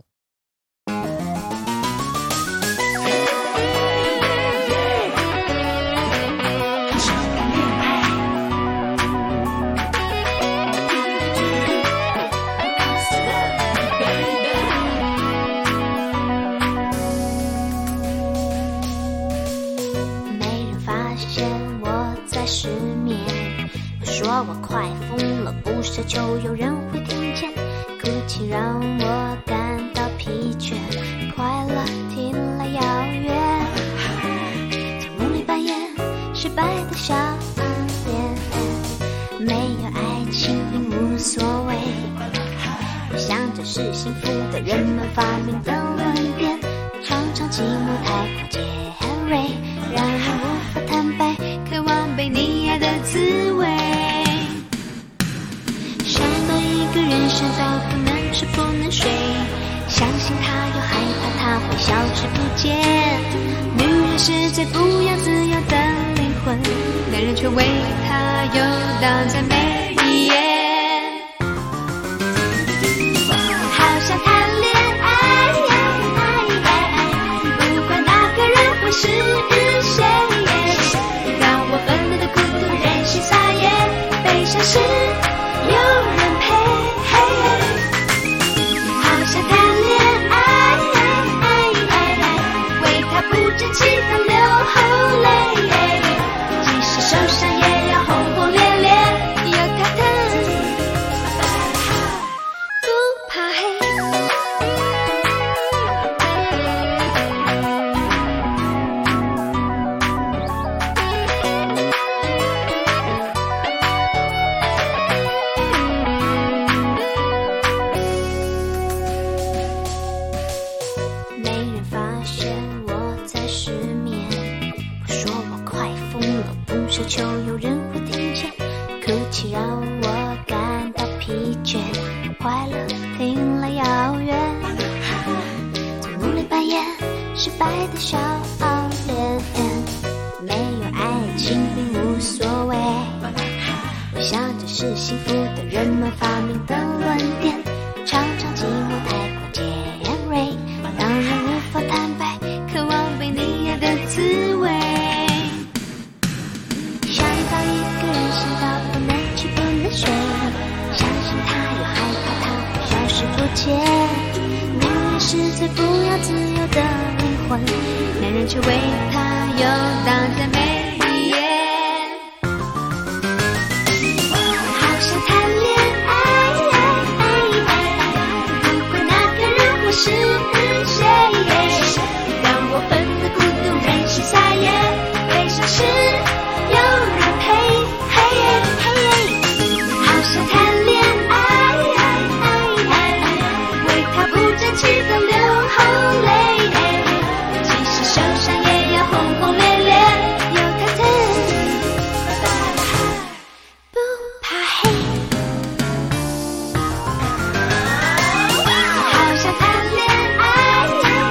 我快疯了，不奢求有人会听见，哭泣让我感到疲倦，快乐听来遥远，在梦里扮演失败的小脸，没有爱情并无所谓，我想这是幸福的人们发明的论点，常常寂寞太过尖锐，让人无法坦白，渴望被你爱的滋味，人生到不能吃不能睡，相信他又害怕他会消失不见，女人是最不要自由的灵魂，男人却为他游荡在每一夜，好想谈恋爱，不管那个人会是谁，让我愤怒的孤独任性撒野，悲伤时有人陪，好想谈恋爱，为他不争气的流后泪，即使受伤也要轰轰烈烈，有他疼，不怕黑。奢求有人会听见，哭泣让我感到疲倦，快乐听来遥远，在梦里扮演失败的小脸，没有爱情并无所谓，我想这是幸福的人们发明的论点，常常寂寞太过尖锐，让人无法坦白，渴望被你爱的滋味，女人是最不要自由的灵魂，男人却为她游荡在每一夜，好想谈恋爱，不管那个人会是谁，让我愤怒孤独任性撒野，悲伤时有人陪，好想谈恋爱，气的流后泪，即使受伤也要轰轰烈烈，有他疼，不怕黑，好想谈恋爱，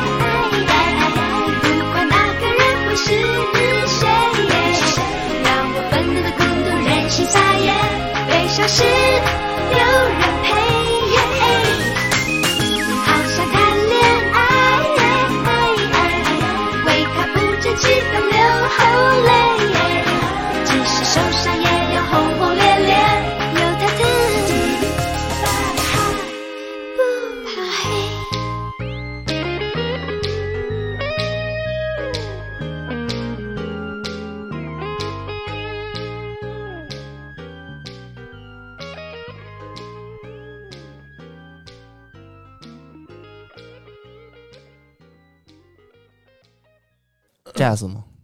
不管那个人会是谁，让我愤怒的孤独任性撒野，悲伤时有人陪，气的流后泪，即使受伤也要轰轰烈烈，有他疼，不怕黑。 jazz 吗？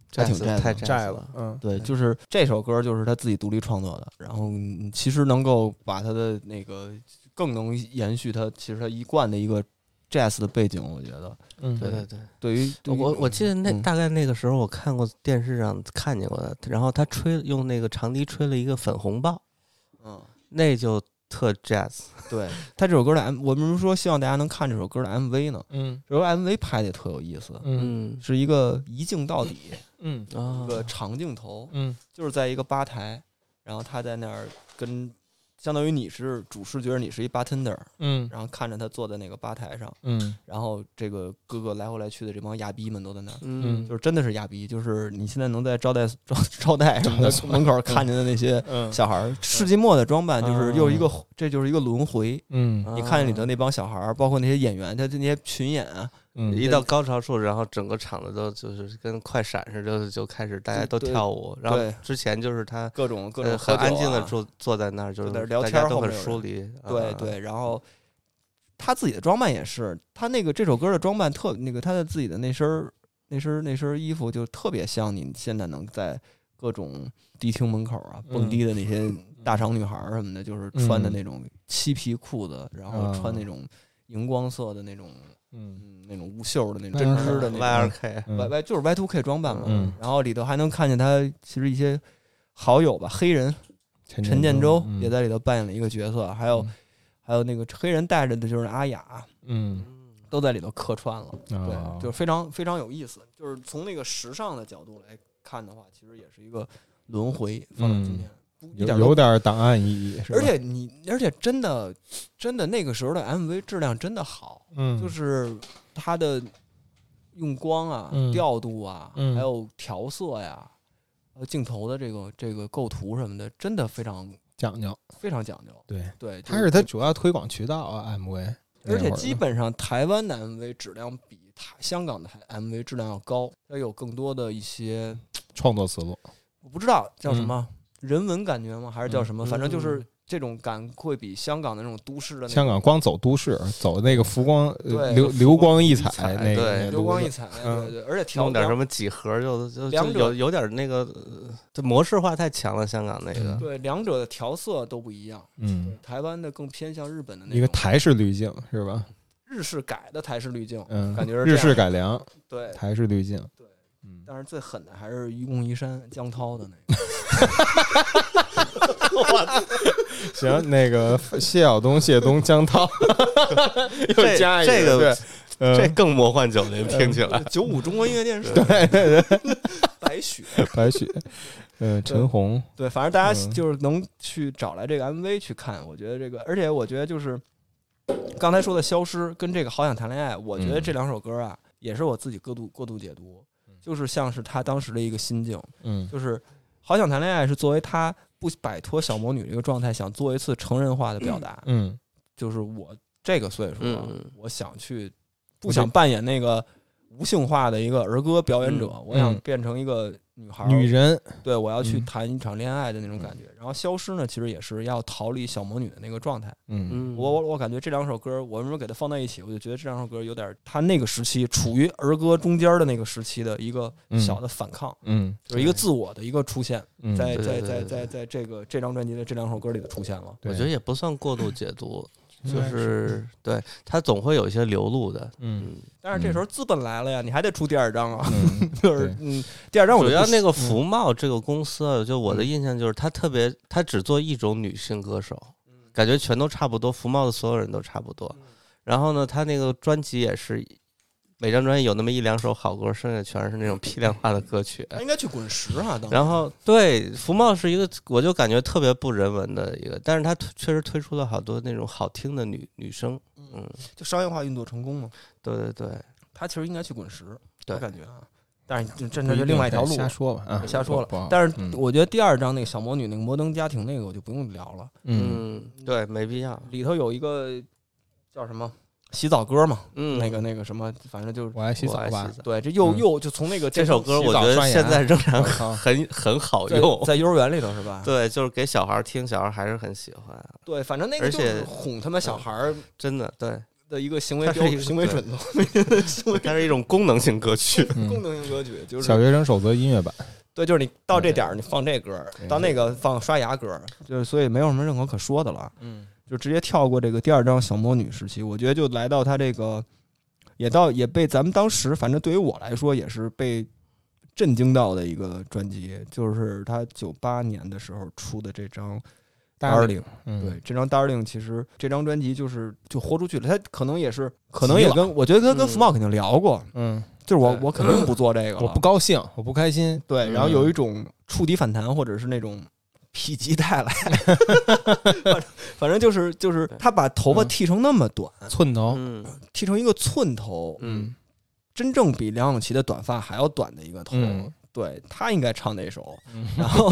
还挺jazz 太债了。嗯， 对，就是这首歌就是他自己独立创作的，然后其实能够把他的那个更能延续他其实他一贯的一个 jazz 的背景，我觉得。 嗯，对对对。 对于我我记得那、 嗯、 大概那个时候我看过电视上看见过的，然后他吹用那个长笛吹了一个粉红豹， 嗯， 那就特 jazz。 对，他这首歌的 M， 我们说希望大家能看这首歌的 M V 呢。 嗯， 这首 M V 拍的也特有意思。 嗯， 是一个一镜到底， 嗯， 一个长镜头， 嗯， 就是在一个吧台，然后他在那儿跟。相当于你是主视觉，你是一 bartender， 嗯， 然后看着他坐在那个吧台上， 嗯， 然后这个各个来回来去的这帮亚逼们都在那儿， 嗯， 就是真的是亚逼，就是你现在能在招待招招待什么的门口看见的那些小孩儿，嗯、世纪末的装扮就是又一个，嗯、这就是一个轮回， 嗯， 你看见里头那帮小孩儿，包括那些演员，他那些群演啊。 嗯，一到高潮处，然后整个场子都就是跟快闪似的，就就开始大家都跳舞。然后之前就是他各种各种、啊、 很安静的坐坐在那儿，就是聊天， 大家都很疏离。 对对，然后他自己的装扮也是，他那个这首歌的装扮特那个他的自己的那身那身那身衣服就特别像你现在能在各种迪厅门口啊蹦迪的那些大长女孩什么的，就是穿的那种漆皮裤子，然后穿那种荧光色的那种。嗯，那种无袖的那种针织的那种 Y 二 K， Y Y 就是 Y two K 装扮嘛。 嗯， 然后里头还能看见他其实一些好友吧，黑人陈建州也在里头扮演了一个角色，还有还有那个黑人带着的就是阿雅， 嗯， 都在里头客串了。对，就是非常非常有意思。就是从那个时尚的角度来看的话，其实也是一个轮回放到今天。 有有点档案意义， 而且你，而且真的，真的那个时候的 M V 质量真的好， 嗯， 就是它的用光啊、 嗯、 调度啊， 嗯、 还有调色呀、呃镜头的这个这个构图什么的，真的非常讲究， 非常讲究。 对对， 它是它主要推广渠道啊 M V， 而且基本上台湾的 M V 质量比台香港的 M V 质量要高，要有更多的一些创作思路， 我不知道叫什么。嗯人文感觉吗？还是叫什么？ 嗯、 反正就是这种感会比香港的那种都市的那种。 香港光走都市，走那个浮光、 呃、 流流光溢彩，那个对流光溢彩，对对，而且调弄点什么几何就就就有有点那个，这模式化太强了。香港那个对两者的调色都不一样。 嗯， 台湾的更偏向日本的那一个台式滤镜是吧？ 日式改的台式滤镜， 嗯， 感觉是日式改良， 对台式滤镜。 对，嗯，但是最狠的还是愚公移山江涛的那个。 行，那个谢晓东、谢东、江涛，又加一个， 这个嗯、 这更魔幻九零，听起来。 九五中国音乐电视， 对对对， 白雪， 白雪，嗯，陈红， 对，反正大家就是能去找来这个 M V 去看，我觉得这个，而且我觉得就是刚才说的《消失》跟这个《好想谈恋爱》，我觉得这两首歌啊，也是我自己过度过度解读，就是像是他当时的一个心境， 嗯， 就是。好想谈恋爱是作为他不摆脱小魔女这个状态，想做一次成人化的表达。 嗯， 就是我这个岁数了， 嗯、 我想去，不想扮演那个无性化的一个儿歌表演者， 嗯、 我想变成一个女孩、 女人。 对，我要去谈一场恋爱的那种感觉。嗯、然后消失呢，其实也是要逃离小魔女的那个状态。 嗯， 我我我感觉这两首歌，我为什么给它放在一起？我就觉得这两首歌有点他那个时期处于儿歌中间的那个时期的一个小的反抗， 嗯， 就是一个自我的一个出现， 嗯、 在在在在在这个这张专辑的这两首歌里的出现了。 我觉得也不算过度解读。就是对他总会有一些流露的， 嗯， 但是这时候资本来了呀，你还得出第二章啊， 嗯、 就是嗯，第二章我主要那个福茂这个公司，就我的印象就是他特别，他只做一种女性歌手，感觉全都差不多，福茂的所有人都差不多。然后呢，他那个专辑也是。每张专辑有那么一两首好歌，剩下全是那种批量化的歌曲。 应该去滚石啊！ 然后对福茂是一个，我就感觉特别不人文的一个，但是他确实推出了好多那种好听的女女生，嗯， 就商业化运作成功嘛。 对对对， 他其实应该去滚石， 对我感觉啊。但是这这就另外一条路， 瞎说吧，啊， 瞎说了。但是我觉得第二章那个小魔女那个摩登家庭那个我就不用聊了， 嗯，对，没必要。 里头有一个叫什么？洗澡歌嘛， 嗯， 那个那个什么，反正就是我爱洗澡吧。 对，这又又就从那个这首歌，我觉得现在仍然很很好用， 在幼儿园里头是吧？ 对，就是给小孩听，小孩还是很喜欢。 对，反正那个就是哄他们小孩， 真的对。 的一个行为标行为准则， 它是一种功能性歌曲， 功能性歌曲就是小学生守则音乐版。 对，就是你到这点儿你放这歌，到那个放刷牙歌，就是所以没有什么任何可说的了。嗯，就直接跳过这个第二张小魔女时期，我觉得就来到他这个，也到也被咱们当时反正对于我来说也是被震惊到的一个专辑，就是他九八年的时候出的这张。Darling， 嗯， 对，这张 Darling 其实这张专辑就是就豁出去了，他可能也是，可能也跟我觉得他跟福茂肯定聊过，嗯，就是我我肯定不做这个了， 我不高兴，我不开心， 对，然后有一种触底反弹或者是那种否极泰来，反正就是就是他把头发剃成那么短， 寸头， 嗯， 剃成一个寸头，嗯，真正比梁咏琪的短发还要短的一个头。嗯，对，他应该唱那首，然后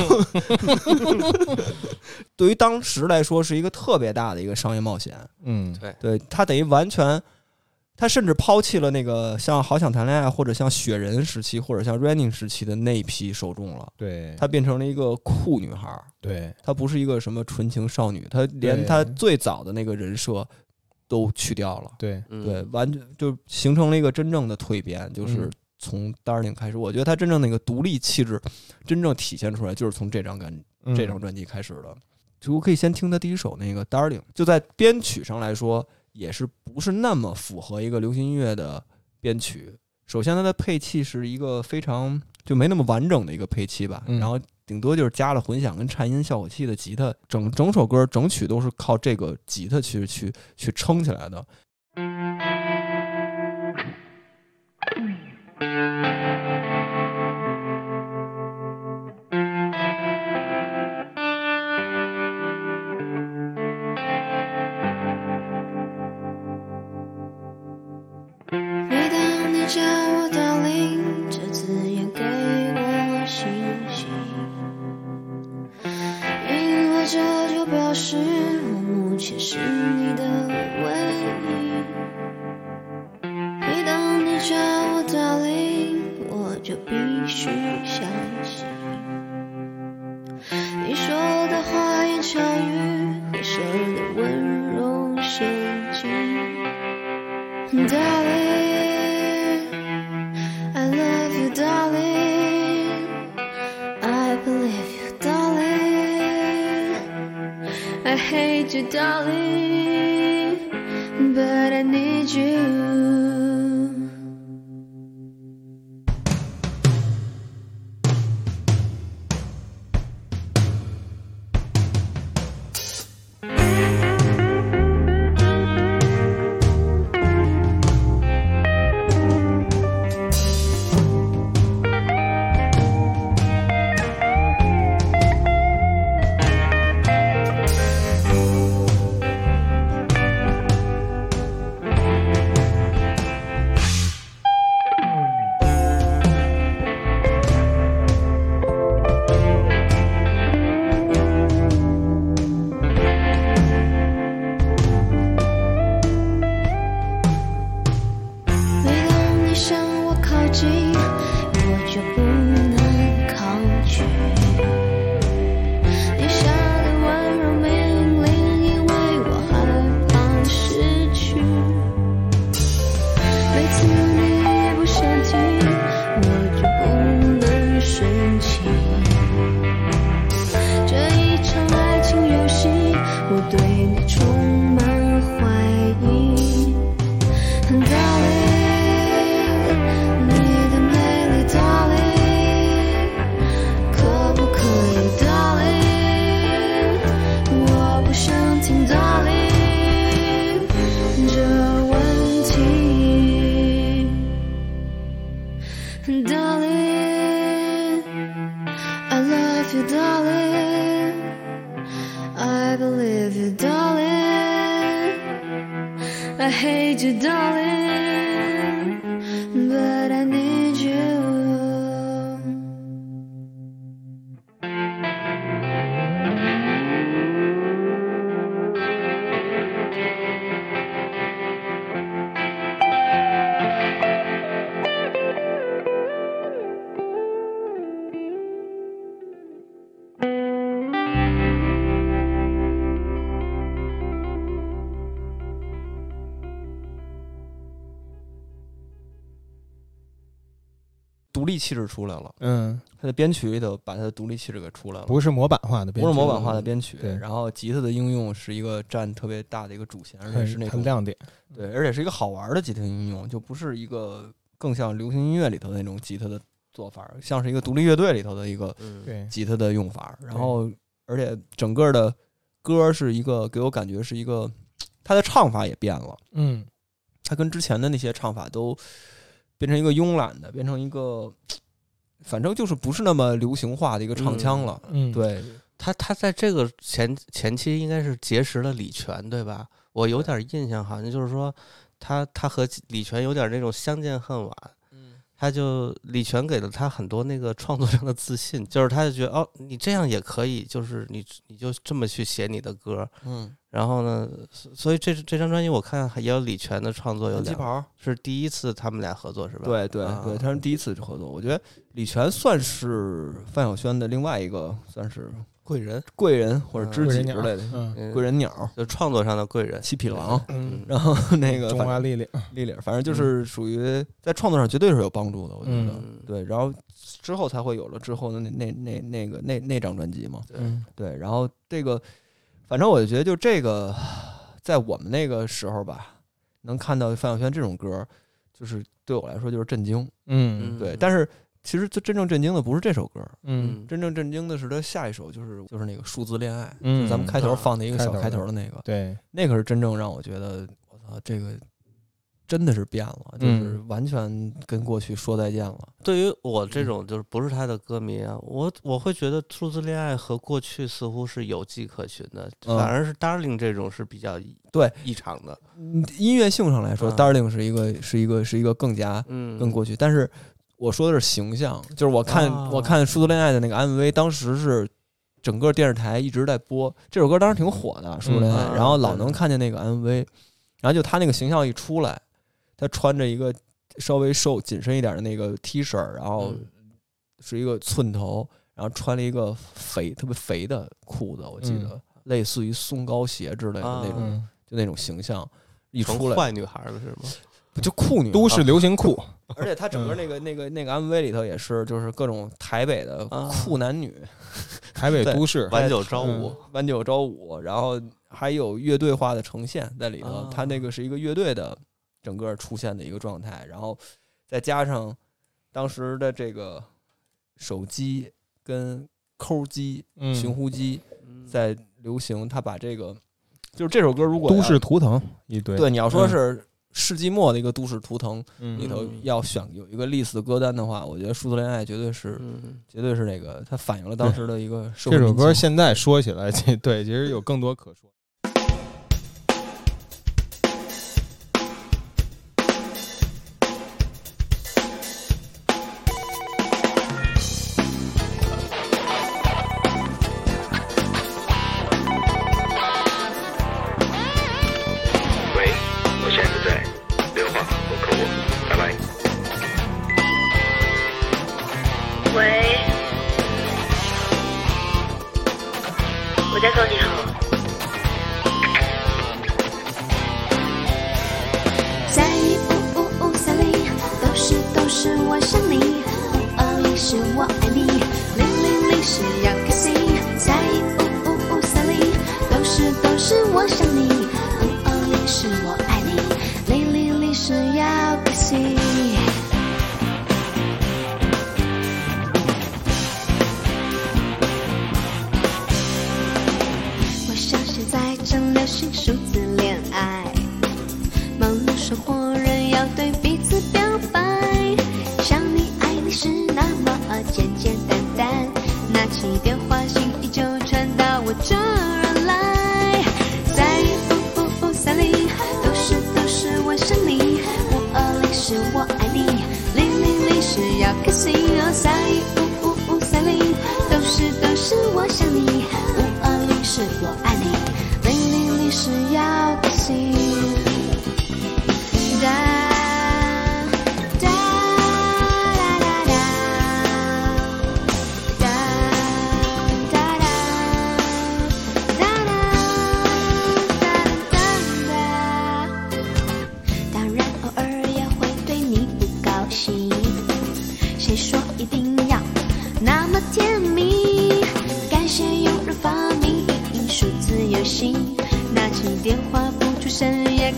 对于当时来说是一个特别大的一个商业冒险。 嗯， 对， 对他等于完全，他甚至抛弃了那个像好想谈恋爱或者像雪人时期或者像 Raining 时期的那一批受众了。 对， 他变成了一个酷女孩。 对， 他不是一个什么纯情少女，他连他最早的那个人设都去掉了。 对对，完全就形成了一个真正的蜕变，就是。从 Darling 开始，我觉得他真正那个独立气质真正体现出来，就是从这张专、嗯、这张专辑开始的。就我可以先听他第一首那个 Darling， 就在编曲上来说，也是不是那么符合一个流行音乐的编曲。首先，它的配器是一个非常就没那么完整的一个配器吧，嗯、然后顶多就是加了混响跟颤音效果器的吉他，整整首歌整曲都是靠这个吉他去去去撑起来的。 叫我 darling， 这字眼给我信心，因为这就表示我目前是你的唯一。每当你叫我 darling， 我就必须相信你说的花言巧语和舌的温柔陷阱 darling，Darling, I believe you, darling. I hate you, darling, but I need you. 独立气质出来了。 嗯， 他的编曲里头把他的独立气质给出来了， 不是模板化的编曲， 不是模板化的编曲。 对， 然后吉他的应用是一个占特别大的一个主线，而且是那种亮点。 对，而且是一个好玩的吉他应用，就不是一个更像流行音乐里头那种吉他的做法，像是一个独立乐队里头的一个吉他的用法。然后，而且整个的歌是一个给我感觉是一个，他的唱法也变了。 嗯， 他跟之前的那些唱法都变成一个慵懒的，变成一个。反正就是不是那么流行化的一个唱腔了。 嗯， 对， 他他在这个前前期应该是结识了李泉，对吧？我有点印象，好像就是说他他和李泉有点那种相见恨晚。嗯，他就李泉给了他很多那个创作上的自信，就是他就觉得哦，你这样也可以，就是你你就这么去写你的歌。 嗯， 然后呢，所以这这张专辑我看也有李泉的创作，有鸡袍是第一次他们俩合作是吧？ 对对啊、 对，他是第一次合作。我觉得李泉算是范晓萱的另外一个算是贵人、 贵人或者知己之类的， 嗯， 贵人鸟， 就创作上的贵人， 七匹狼， 嗯， 然后那个中华丽丽， 丽丽，反正就是属于在创作上绝对是有帮助的，我觉得， 嗯、 对，然后之后才会有了之后的那那那那个那那张专辑嘛， 嗯， 对，然后这个，反正我就觉得就这个，在我们那个时候吧，能看到范晓萱这种歌，就是对我来说就是震惊， 嗯， 对，但是。其实真正震惊的不是这首歌， 嗯， 真正震惊的是他下一首，就是就是那个数字恋爱， 嗯， 就是咱们开头放的一个小开头的那个， 对， 那个是真正让我觉得，我操，这个真的是变了，就是完全跟过去说再见了。 嗯、对于我这种就是不是他的歌迷啊，我我会觉得数字恋爱和过去似乎是有迹可循的， 嗯、 反而是 Darling 这种是比较对异常的。 音乐性上来说、 嗯、 ，Darling 是一个是一个是一个更加嗯跟过去，但是。我说的是形象，就是我看、哦、我看《数字恋爱》的那个 M V， 当时是整个电视台一直在播这首歌，当时挺火的《数字恋爱》 嗯， 然后老能看见那个 M V， 然后就他那个形象一出来，他穿着一个稍微瘦紧身一点的那个 T 恤，然后是一个寸头，然后穿了一个肥特别肥的裤子，我记得、嗯、类似于松糕鞋之类的那种， 嗯、 就那种形象一出来， 坏女孩了是吗？ 就酷女， 都市流行酷， 而且他整个那个、嗯、那个那个 M V 里头也是，就是各种台北的酷男女， 啊、台北都市晚九朝五， 晚九朝五，然后还有乐队化的呈现在里头。啊、他那个是一个乐队的整个出现的一个状态，然后再加上当时的这个手机跟抠机、 嗯、 寻呼机在流行，他把这个就是这首歌如果都市图腾一堆， 对你要说是。嗯世纪末的一个都市图腾里头要选有一个历史的歌单的话，我觉得数字恋爱绝对是， 嗯、 绝对是那个它反映了当时的一个社会。 这首歌现在说起来，对，其实有更多可说。 我在说你好。在五五五三零，都是都是我想你，五二零是我爱你，零零零是要开心。在五五五三零，都是都是我想你，五二零是我爱你，零零零是要开心。数字恋爱，忙碌生活人要对彼此表白，想你爱你是那么简简单单，拿起电话心意就传到我这儿来。在五五五三零，都是都是我想你，五二零是我爱你，零零零是要开心。在五五五三零，都是都是我想你，五二零是我爱你。是要开心，哒哒啦啦啦，哒哒哒哒哒哒哒。当然偶尔也会对你不高兴，谁说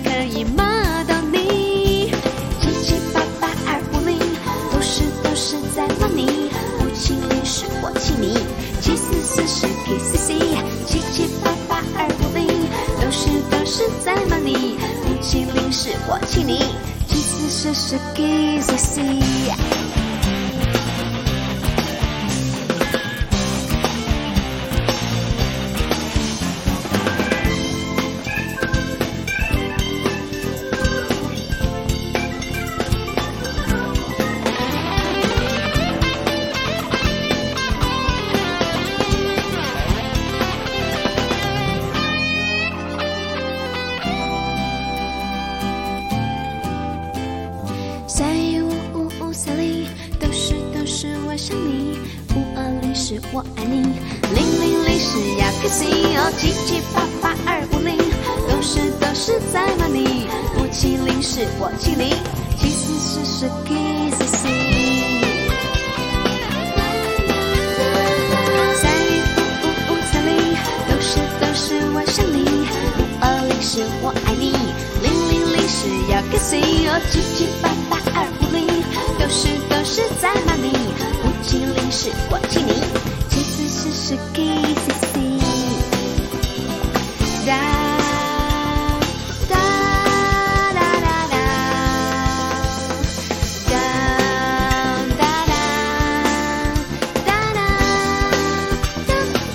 可以骂到你。七七八八二五零，都是都是在骂你。五七零是我气你，七四四是 K C C。七七八八二五零，都是都是在骂你。五七零是我气你，七四四是 K C C。我爱你，零零零是亚克西哦，七七八八二五零，都是都是在骂你。五七零是我气你，七四四是 K C C。三五五五三零，都是都是我想你。五二零是我爱你，零零零是亚克西哦，七七八八二五零，都是都是在骂你。五七零是我气你。是 K C C， 哒哒哒哒哒，哒哒哒哒哒哒哒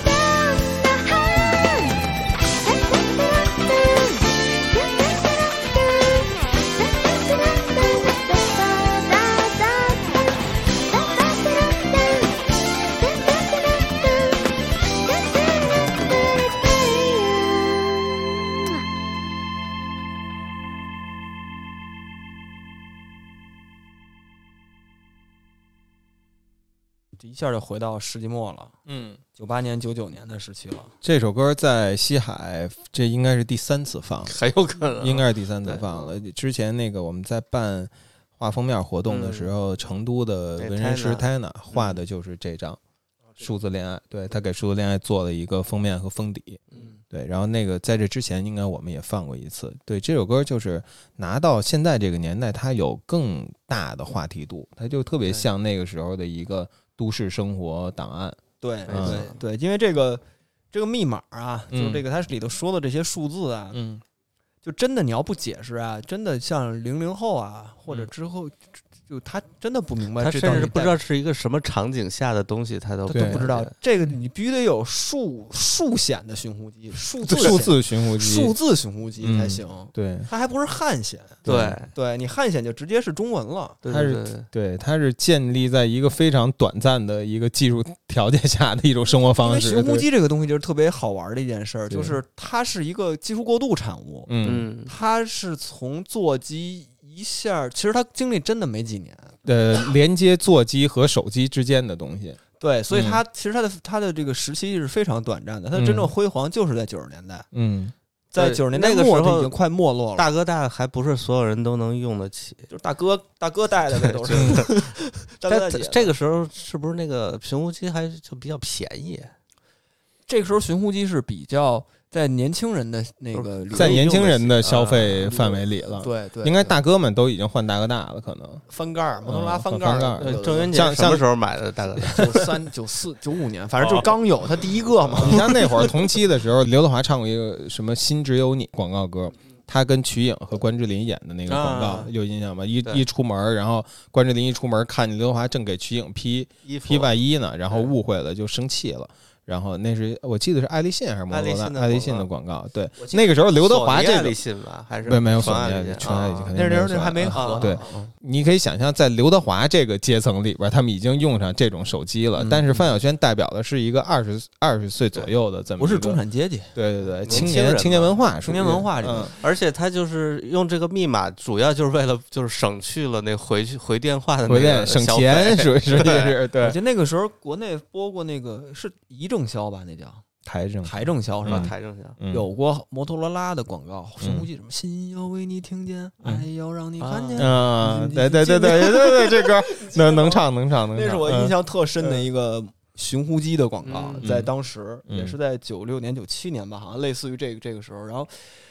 一下就回到世纪末了， 嗯， 九八年、九九年的时期了。 这首歌在西海，这应该是第三次放， 很有可能， 应该是第三次放了。之前那个我们在办画封面活动的时候，嗯、成都的纹身师 Tina 画的就是这张数字恋爱，对他给数字恋爱做了一个封面和封底，嗯，对。然后那个在这之前，应该我们也放过一次。对，这首歌就是拿到现在这个年代，它有更大的话题度，它就特别像那个时候的一个都市生活档案。 对对对，因为这个这个密码啊，就这个它里头说的这些数字啊，嗯，就真的你要不解释啊，真的像零零后啊，或者之后，就他真的不明白， 他甚至不知道是一个什么场景下的东西，他都都不知道。这个你必须得有数数显的寻呼机，数字数字寻呼机， 数字寻呼机才行。 嗯、对， 它还不是汉显。 对， 对你汉显就直接是中文了。 它是对，它是建立在一个非常短暂的一个技术条件下的一种生活方式。 寻呼机这个东西就是特别好玩的一件事儿，就是它是一个技术过渡产物。 嗯， 它是从座机一下，其实它经历真的没几年。 呃，连接座机和手机之间的东西， 对，所以它、嗯、其实它的它的这个时期是非常短暂的，它的真正辉煌就是在九十年代， 嗯， 在九十年代那个时候已经快没落了。 大哥大还不是所有人都能用得起， 就是大哥大哥带的那都是。 但这个时候是不是那个寻呼机还就比较便宜？ 这个时候寻呼机是比较。在年轻人的那个， 在年轻人的消费范围里了， 对对， 应该大哥们都已经换大哥大了，可能翻盖摩托罗拉翻盖。 郑渊洁什么时候买的大哥大？ 九三、九四、九五年，反正就刚有他第一个嘛。 你像那会儿同期的时候，刘德华唱过一个什么《心只有你》广告歌，他跟瞿颖和关之琳演的那个广告，有印象吗？一一出门，然后关之琳一出门，看见刘德华正给瞿颖披披外衣呢，然后误会了，就生气了。然后那是我记得是爱立信还是摩托罗拉爱立信的广告，对，那个时候刘德华这个爱立信吧，还是没没有索尼，纯爱立信， 那时候那还没合。 对，你可以想象在刘德华这个阶层里边，他们已经用上这种手机了，但是范晓萱代表的是一个二十二十岁左右的这么不是中产阶级， 对对对，青年青年文化， 青年文化里面， 而且他就是用这个密码，主要就是为了就是省去了那回去回电话的回电省钱，属于是是，对。 而且那个时候国内播过那个是仪正宵吧，那叫。 台正台正宵是吧？ 台正宵有过摩托罗拉的广告，寻呼机什么心要为你听见，爱要让你看见。 嗯，对对对对对对，这歌能能唱能唱能唱。 那是我印象特深的一个寻呼机的广告，在当时也是在九六年九七年吧，好像类似于这个这个时候。然后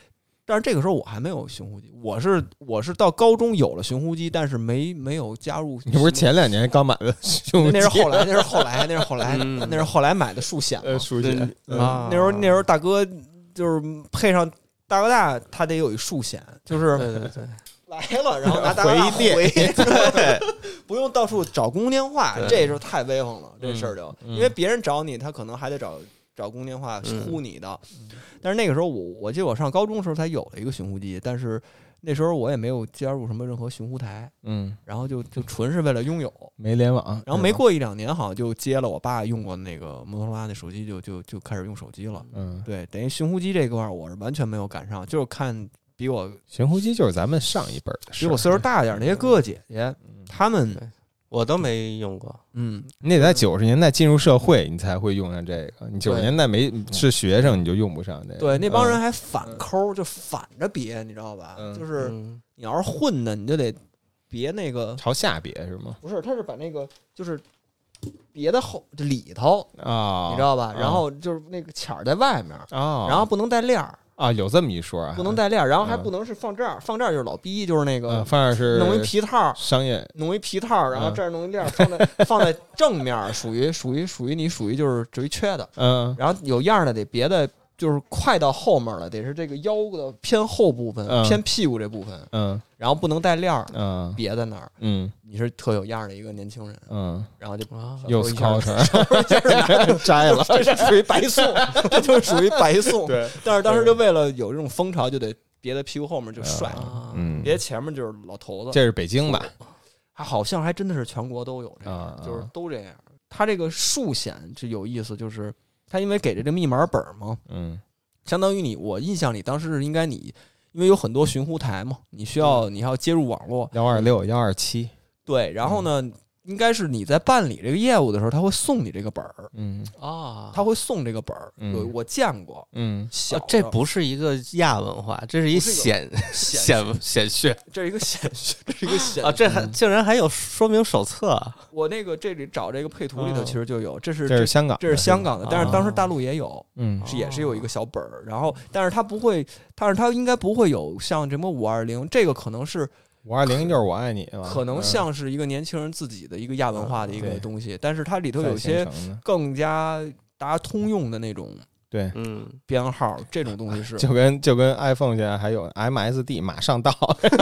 但是这个时候我还没有寻呼机，我是我是到高中有了寻呼机，但是没没有加入。 你不是前两年刚买的寻呼机？ 那是后来，那是后来，那是后来，嗯、那是后来买的数显嘛。 数显啊，那时候那时候大哥就是配上大哥大，他得有一数显，就是对对对来了，然后拿大哥大回，对，不用到处找公共电话，这时候太威风了，这事儿就、嗯、因为别人找你，他可能还得找。找公共电话呼你的，嗯、但是那个时候我我记得我上高中的时候才有了一个寻呼机，但是那时候我也没有加入什么任何寻呼台， 嗯， 然后就就纯是为了拥有， 没联网， 然后没过一两年好像就接了我爸用过那个摩托罗拉那手机就，就就就开始用手机了， 嗯， 对，等于寻呼机这块我是完全没有赶上，就是看比我寻呼机就是咱们上一辈的事， 比我岁数大点那些哥哥姐姐，嗯、他们。 我都没用过， 嗯， 你得在九十年代进入社会，你才会用上这个。你九十年代没是学生，你就用不上这个。 对，那帮人还反抠，嗯、就反着别，你知道吧？ 嗯、 就是你要是混的，你就得别那个朝下别是吗？ 不是，他是把那个就是别的后里头啊，哦、 你知道吧？然后就是那个卡在外面啊， 哦、 然后不能带链儿。 啊，有这么一说啊， 不能带链，然后还不能是放这儿，嗯、放这儿就是老逼，就是那个， 嗯、放这儿是弄一皮套， 商业弄一皮套，然后这儿弄一链，放在放在正面，属于属于属于你属于就是属于缺的， 嗯， 然后有样的得别的，就是快到后面了，得是这个腰的偏后部分， 嗯、 偏屁股这部分， 嗯， 然后不能带链， 嗯， 别在那儿， 嗯， 你是特有样的一个年轻人， 嗯， 然后就又 scouter 摘了，这是属于白送，这就是属于白送。 对， 但是当时就为了有这种风潮，就得别在屁股后面就帅， 嗯， 别前面就是老头子。 这是北京吧？ 还好像还真的是全国都有这样， 啊、 就是都这样。他这个数显就有意思，就是他因为给这个密码本嘛， 嗯， 相当于你，我印象里当时是应该你，因为有很多寻呼台嘛，你需要你还要接入网络， 幺二六幺二七。 对，然后呢，嗯、应该是你在办理这个业务的时候，他会送你这个本儿， 嗯啊， 他会送这个本儿， 嗯、 有我见过， 嗯， 小、 啊、这不是一个亚文化，这是一显显显学， 这是一个显学，这是一个显啊，这还竟然还有说明手册、啊， 我那个这里找这个配图里头其实就有，这是这是香港， 这是香港的，但是当时大陆也有， 嗯， 是也是有一个小本儿，然后但是它不会，但是它应该不会有像什么五二零，这个可能是。 五二零就是我爱你， 可能像是一个年轻人自己的一个亚文化的一个东西，嗯、但是它里头有些更加大家通用的那种， 对， 嗯， 编号这种东西是， 就跟就跟 iPhone 现在还有 M S D 马上到，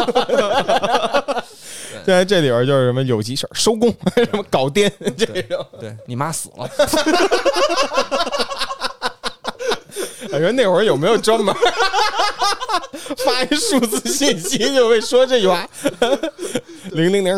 现在这里边就是什么有急事收工，什么搞颠这种， 对你妈死了。 感觉那会儿有没有专门发一数字信息就会说这句话？零零零。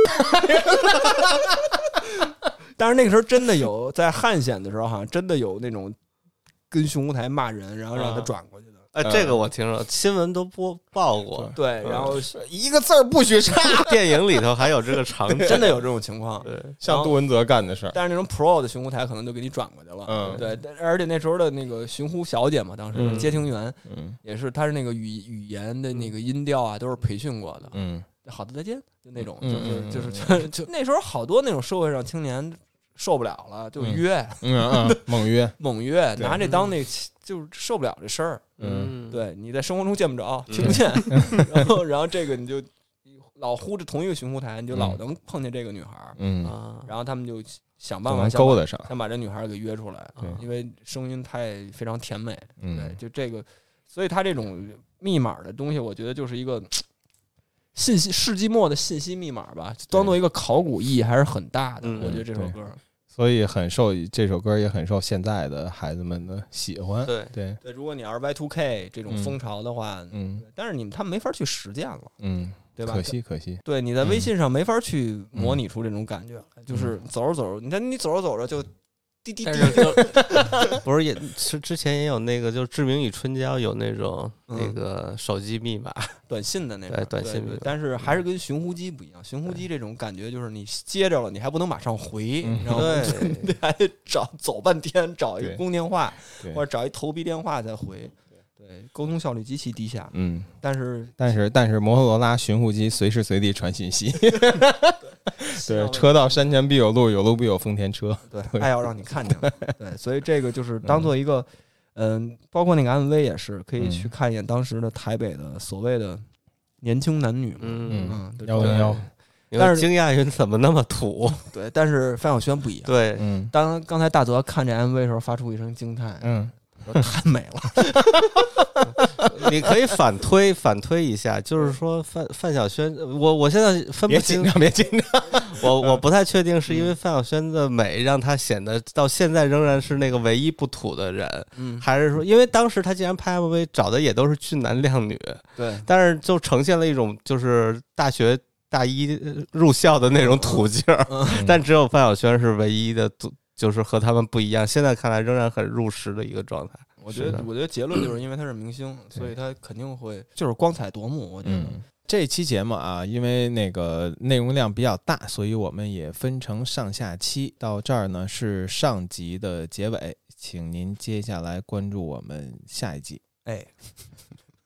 但是那个时候真的有在汉显的时候，好像真的有那种跟寻呼台骂人，然后让他转过去的。 哎，这个我听说，新闻都播报过。 对，然后一个字儿不许差。 电影里头还有这个场景， 真的有这种情况。 对， 像杜文泽干的事儿。 但是那种 Pro 的寻呼台可能就给你转过去了。 嗯， 对，而且那时候的那个寻呼小姐嘛，当时接听员， 嗯， 也是她是那个语语言的那个音调啊，都是培训过的。 嗯， 好的，再见，就那种，就是就是就就那时候好多那种社会上青年。受不了了就约， 嗯嗯，猛约猛约，拿这当那就是受不了这事儿。 嗯， 对，你在生活中见不着，听不见，然后然后这个你就老呼着同一个寻呼台，你就老能碰见这个女孩， 嗯啊，然后他们就想办法勾搭上， 想把这女孩给约出来，因为声音太非常甜美，对，就这个，所以他这种密码的东西，我觉得就是一个。信息世纪末的信息密码吧，当做一个考古意义还是很大的。我觉得这首歌， 所以很受这首歌也很受现在的孩子们的喜欢。 对对对，如果你要是 Y 二 K 这种风潮的话， 嗯， 但是你们他们没法去实践了， 嗯， 对吧？ 可惜可惜。 对，你在微信上没法去模拟出这种感觉来，嗯、就是走着走着，你看你走着走着就。滴滴滴， 不是也之之前也有那个，就是志明与春娇有那种、嗯、那个手机密码、 短信的那种， 对短信密码， 但是还是跟寻呼机不一样。寻呼机这种感觉就是你接着了，你还不能马上回， 嗯、 然后对， 还得找走半天，找一个公电话或者找一投币电话再回。对，沟通效率极其低下。 嗯， 但是但是但是摩托罗拉寻呼机随时随地传信息。对，车到山前必有路，有路必有丰田车。 对，爱要让你看见。对，所以这个就是当做一个， 嗯，包括那个 M V 也是，可以去看一眼当时的台北的所谓的年轻男女， 嗯嗯， 幺零幺。 但是惊讶于怎么那么土， 对，但是范晓萱不一样， 对， 嗯， 当刚才大泽看这 M V 的时候，发出一声惊叹， 嗯， 说太美了。 你可以反推反推一下，就是说范范晓萱，我我现在分不清， 别紧张， 我我不太确定是因为范晓萱的美让她显得到现在仍然是那个唯一不土的人， 嗯， 还是说因为当时她既然拍 M V 找的也都是俊男靓女， 对， 但是就呈现了一种就是大学。大一入校的那种土劲儿，嗯、但只有范晓萱是唯一的，就是和他们不一样。现在看来仍然很入时的一个状态。 我觉得，我觉得结论就是因为他是明星，所以他肯定会就是光彩夺目。我觉得、 嗯、这期节目啊，因为那个内容量比较大，所以我们也分成上下期。到这儿呢是上集的结尾，请您接下来关注我们下一集。 哎。